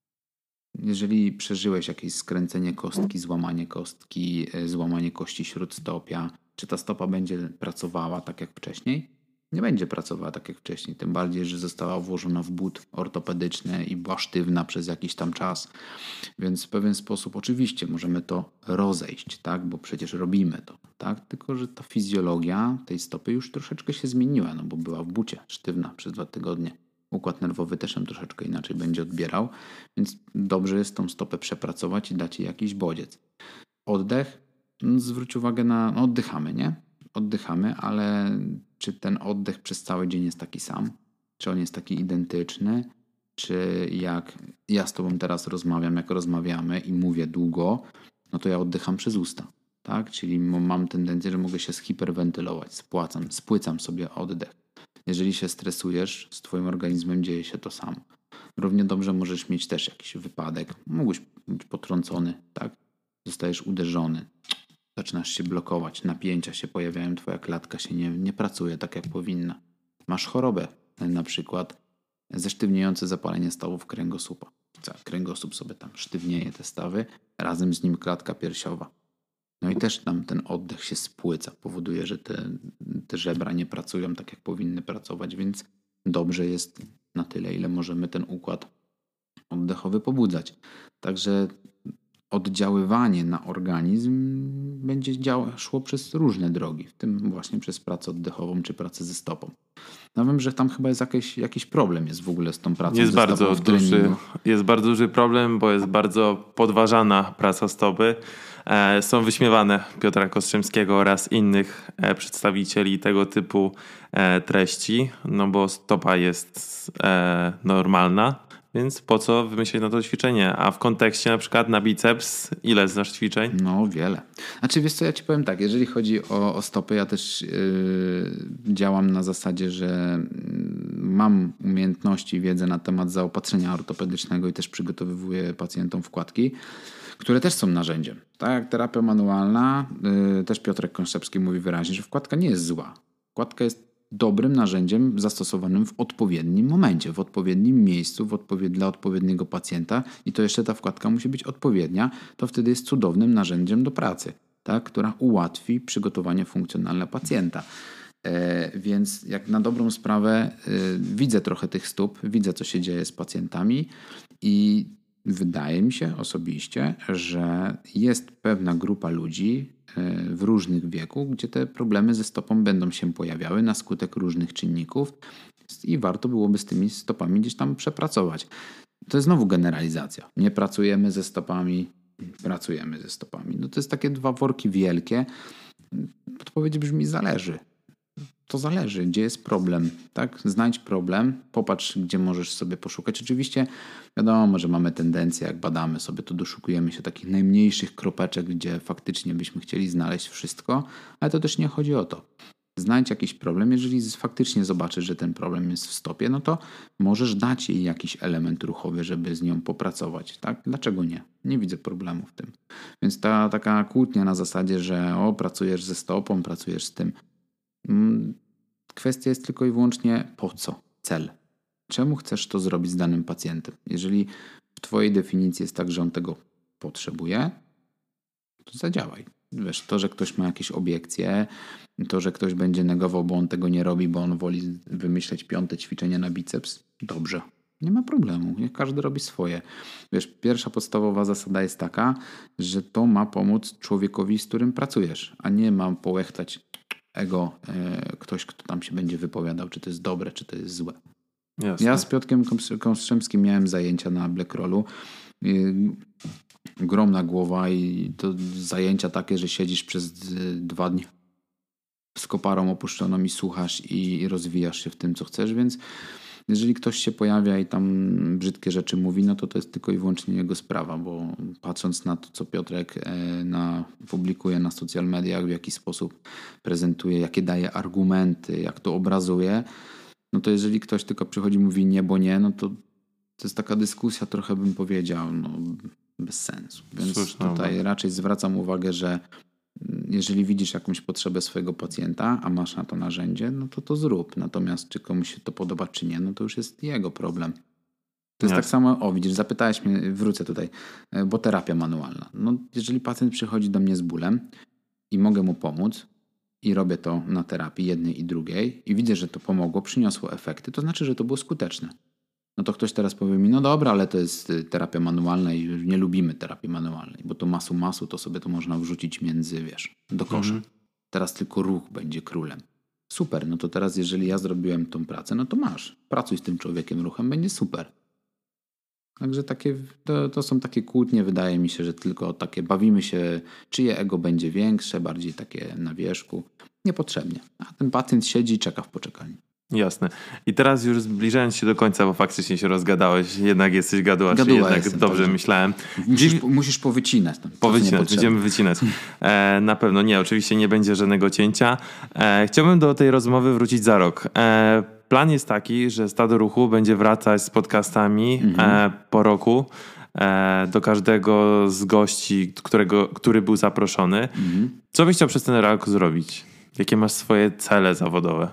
Jeżeli przeżyłeś jakieś skręcenie kostki, złamanie kostki, złamanie kości śródstopia, czy ta stopa będzie pracowała tak jak wcześniej? Nie będzie pracowała tak jak wcześniej. Tym bardziej, że została włożona w but ortopedyczny i była sztywna przez jakiś tam czas. Więc w pewien sposób oczywiście możemy to rozejść, tak? Bo przecież robimy to. Tak? Tylko że ta fizjologia tej stopy już troszeczkę się zmieniła, no bo była w bucie sztywna przez dwa tygodnie. Układ nerwowy też ją troszeczkę inaczej będzie odbierał, więc dobrze jest tą stopę przepracować i dać jej jakiś bodziec. Oddech, no zwróć uwagę na... No oddychamy, nie? Oddychamy, ale czy ten oddech przez cały dzień jest taki sam? Czy on jest taki identyczny? Czy jak ja z tobą teraz rozmawiam, jak rozmawiamy i mówię długo, no to ja oddycham przez usta. Tak? Czyli mam tendencję, że mogę się zhiperwentylować, spłacam, spłycam sobie oddech. Jeżeli się stresujesz, z twoim organizmem dzieje się to samo. Równie dobrze możesz mieć też jakiś wypadek. Mógłbyś być potrącony, tak? Zostajesz uderzony. Zaczynasz się blokować, napięcia się pojawiają, twoja klatka się nie, nie pracuje tak jak powinna. Masz chorobę, na przykład zesztywniejące zapalenie stawów kręgosłupa. Kręgosłup sobie tam sztywnieje te stawy, razem z nim klatka piersiowa. No i też tam ten oddech się spłyca, powoduje, że te, te żebra nie pracują tak jak powinny pracować, więc dobrze jest na tyle, ile możemy ten układ oddechowy pobudzać. Także oddziaływanie na organizm będzie działa, szło przez różne drogi, w tym właśnie przez pracę oddechową czy pracę ze stopą. No wiem, że tam chyba jest jakiś, jakiś problem jest w ogóle z tą pracą jest ze bardzo stopą w duży, treningu. Jest bardzo duży problem, bo jest bardzo podważana praca stopy. E, są wyśmiewane Piotra Kostrzemskiego oraz innych e, przedstawicieli tego typu e, treści, no bo stopa jest e, normalna. Więc po co wymyślić na to ćwiczenie? A w kontekście na przykład na biceps, ile znasz ćwiczeń? No wiele. Znaczy wiesz co, ja ci powiem tak, jeżeli chodzi o, o stopy, ja też yy, działam na zasadzie, że mam umiejętności i wiedzę na temat zaopatrzenia ortopedycznego i też przygotowywuję pacjentom wkładki, które też są narzędziem. Tak jak terapia manualna, yy, też Piotrek Kostrzemski mówi wyraźnie, że wkładka nie jest zła. Wkładka jest dobrym narzędziem zastosowanym w odpowiednim momencie, w odpowiednim miejscu, w odpowied- dla odpowiedniego pacjenta i to jeszcze ta wkładka musi być odpowiednia, to wtedy jest cudownym narzędziem do pracy. tak, która ułatwi przygotowanie funkcjonalne pacjenta. E, więc jak na dobrą sprawę y, widzę trochę tych stóp, widzę co się dzieje z pacjentami i wydaje mi się osobiście, że jest pewna grupa ludzi y, w różnych wieku, gdzie te problemy ze stopą będą się pojawiały na skutek różnych czynników i warto byłoby z tymi stopami gdzieś tam przepracować. To jest znowu generalizacja. Nie pracujemy ze stopami, pracujemy ze stopami. No to jest takie dwa worki wielkie. Odpowiedź brzmi zależy. To zależy, gdzie jest problem, tak? Znajdź problem, popatrz, gdzie możesz sobie poszukać. Oczywiście wiadomo, że mamy tendencję, jak badamy sobie, to doszukujemy się takich najmniejszych kropeczek, gdzie faktycznie byśmy chcieli znaleźć wszystko, ale to też nie chodzi o to. Znajdź jakiś problem. Jeżeli faktycznie zobaczysz, że ten problem jest w stopie, no to możesz dać jej jakiś element ruchowy, żeby z nią popracować. Tak? Dlaczego nie? Nie widzę problemu w tym. Więc ta taka kłótnia na zasadzie, że o, pracujesz ze stopą, pracujesz z tym. Kwestia jest tylko i wyłącznie po co? Cel. Czemu chcesz to zrobić z danym pacjentem? Jeżeli w twojej definicji jest tak, że on tego potrzebuje, to zadziałaj. Wiesz, to, że ktoś ma jakieś obiekcje, to, że ktoś będzie negował, bo on tego nie robi, bo on woli wymyśleć piąte ćwiczenie na biceps, dobrze. Nie ma problemu, niech każdy robi swoje. Wiesz, pierwsza podstawowa zasada jest taka, że to ma pomóc człowiekowi, z którym pracujesz, a nie ma połechtać ego e, ktoś, kto tam się będzie wypowiadał, czy to jest dobre, czy to jest złe. Jasne. Ja z Piotrkiem Kostrzemskim miałem zajęcia na Black Rollu. Ogromna głowa i to zajęcia takie, że siedzisz przez dwa dni z koparą opuszczoną i słuchasz i, i rozwijasz się w tym, co chcesz, więc jeżeli ktoś się pojawia i tam brzydkie rzeczy mówi, no to to jest tylko i wyłącznie jego sprawa, bo patrząc na to, co Piotrek na, publikuje na social mediach, w jaki sposób prezentuje, jakie daje argumenty, jak to obrazuje, no to jeżeli ktoś tylko przychodzi i mówi nie, bo nie, no to to jest taka dyskusja, trochę bym powiedział, no bez sensu. Więc Słuszna tutaj uwaga. raczej zwracam uwagę, że jeżeli widzisz jakąś potrzebę swojego pacjenta, a masz na to narzędzie, no to to zrób. Natomiast czy komuś się to podoba, czy nie, no to już jest jego problem. To jest Jasne. tak samo, o widzisz, zapytałeś mnie, wrócę tutaj, bo terapia manualna. No jeżeli pacjent przychodzi do mnie z bólem i mogę mu pomóc i robię to na terapii jednej i drugiej i widzę, że to pomogło, przyniosło efekty, to znaczy, że to było skuteczne. No to ktoś teraz powie mi, no dobra, ale to jest terapia manualna i nie lubimy terapii manualnej, bo to masu masu, to sobie to można wrzucić między, wiesz, do kosza. Mhm. Teraz tylko ruch będzie królem. Super, no to teraz jeżeli ja zrobiłem tą pracę, no to masz. Pracuj z tym człowiekiem, ruchem, będzie super. Także takie, to, to są takie kłótnie, wydaje mi się, że tylko takie bawimy się, czyje ego będzie większe, bardziej takie na wierzchu. Niepotrzebnie. A ten pacjent siedzi i czeka w poczekalni. Jasne. I teraz już zbliżając się do końca, bo faktycznie się rozgadałeś, jednak jesteś gaduła, Gaduła czyli jednak jestem, dobrze także. myślałem. Musisz, Dziwi- musisz powycinać. Tam, to, co Powycinać, niepotrzebne. będziemy wycinać. E, na pewno nie, oczywiście nie będzie żadnego cięcia. E, chciałbym do tej rozmowy wrócić za rok. E, plan jest taki, że Stado Ruchu będzie wracać z podcastami Mhm. e, po roku e, do każdego z gości, którego, który był zaproszony. Mhm. Co byś chciał przez ten rok zrobić? Jakie masz swoje cele zawodowe?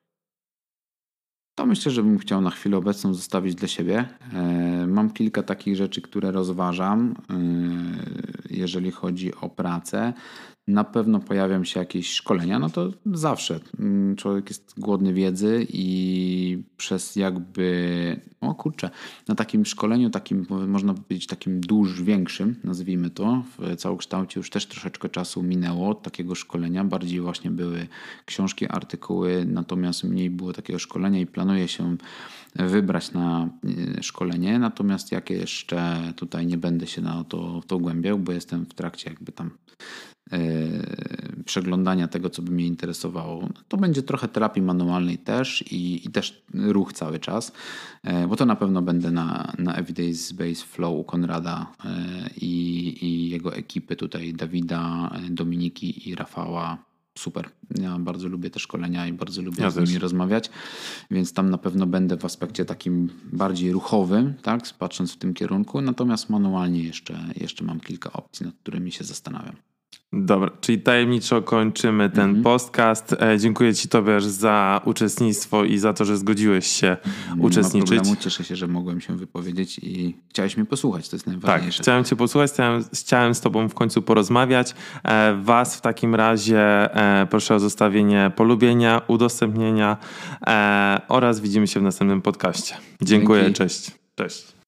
To myślę, że bym chciał na chwilę obecną zostawić dla siebie. E, mam kilka takich rzeczy, które rozważam, e, jeżeli chodzi o pracę. Na pewno pojawią się jakieś szkolenia, no to zawsze. Mm, Człowiek jest głodny wiedzy i przez jakby, o kurczę, na takim szkoleniu, takim można powiedzieć takim dużo większym, nazwijmy to, w całokształcie już też troszeczkę czasu minęło od takiego szkolenia. Bardziej właśnie były książki, artykuły, natomiast mniej było takiego szkolenia i planuje się wybrać na e, szkolenie. Natomiast jak jeszcze tutaj nie będę się na to, w to głębiał, bo jestem w trakcie jakby tam Yy, przeglądania tego, co by mnie interesowało. To będzie trochę terapii manualnej też i, i też ruch cały czas, yy, bo to na pewno będę na, na Evidence Based Flow u Konrada yy, i, i jego ekipy tutaj, Dawida, Dominiki i Rafała. Super. Ja bardzo lubię te szkolenia i bardzo lubię Ja z nimi też. rozmawiać, więc tam na pewno będę w aspekcie takim bardziej ruchowym, tak, patrząc w tym kierunku, natomiast manualnie jeszcze, jeszcze mam kilka opcji, nad którymi się zastanawiam. Dobra, czyli tajemniczo kończymy ten mm-hmm. podcast. E, dziękuję Ci, Tobiasz, za uczestnictwo i za to, że zgodziłeś się Nie uczestniczyć. Nie ma problemu, cieszę się, że mogłem się wypowiedzieć i chciałeś mnie posłuchać, to jest najważniejsze. Tak, chciałem Cię posłuchać, chciałem, chciałem z Tobą w końcu porozmawiać. E, was w takim razie e, proszę o zostawienie polubienia, udostępnienia e, oraz widzimy się w następnym podcaście. Dziękuję, Dzięki. cześć. Cześć.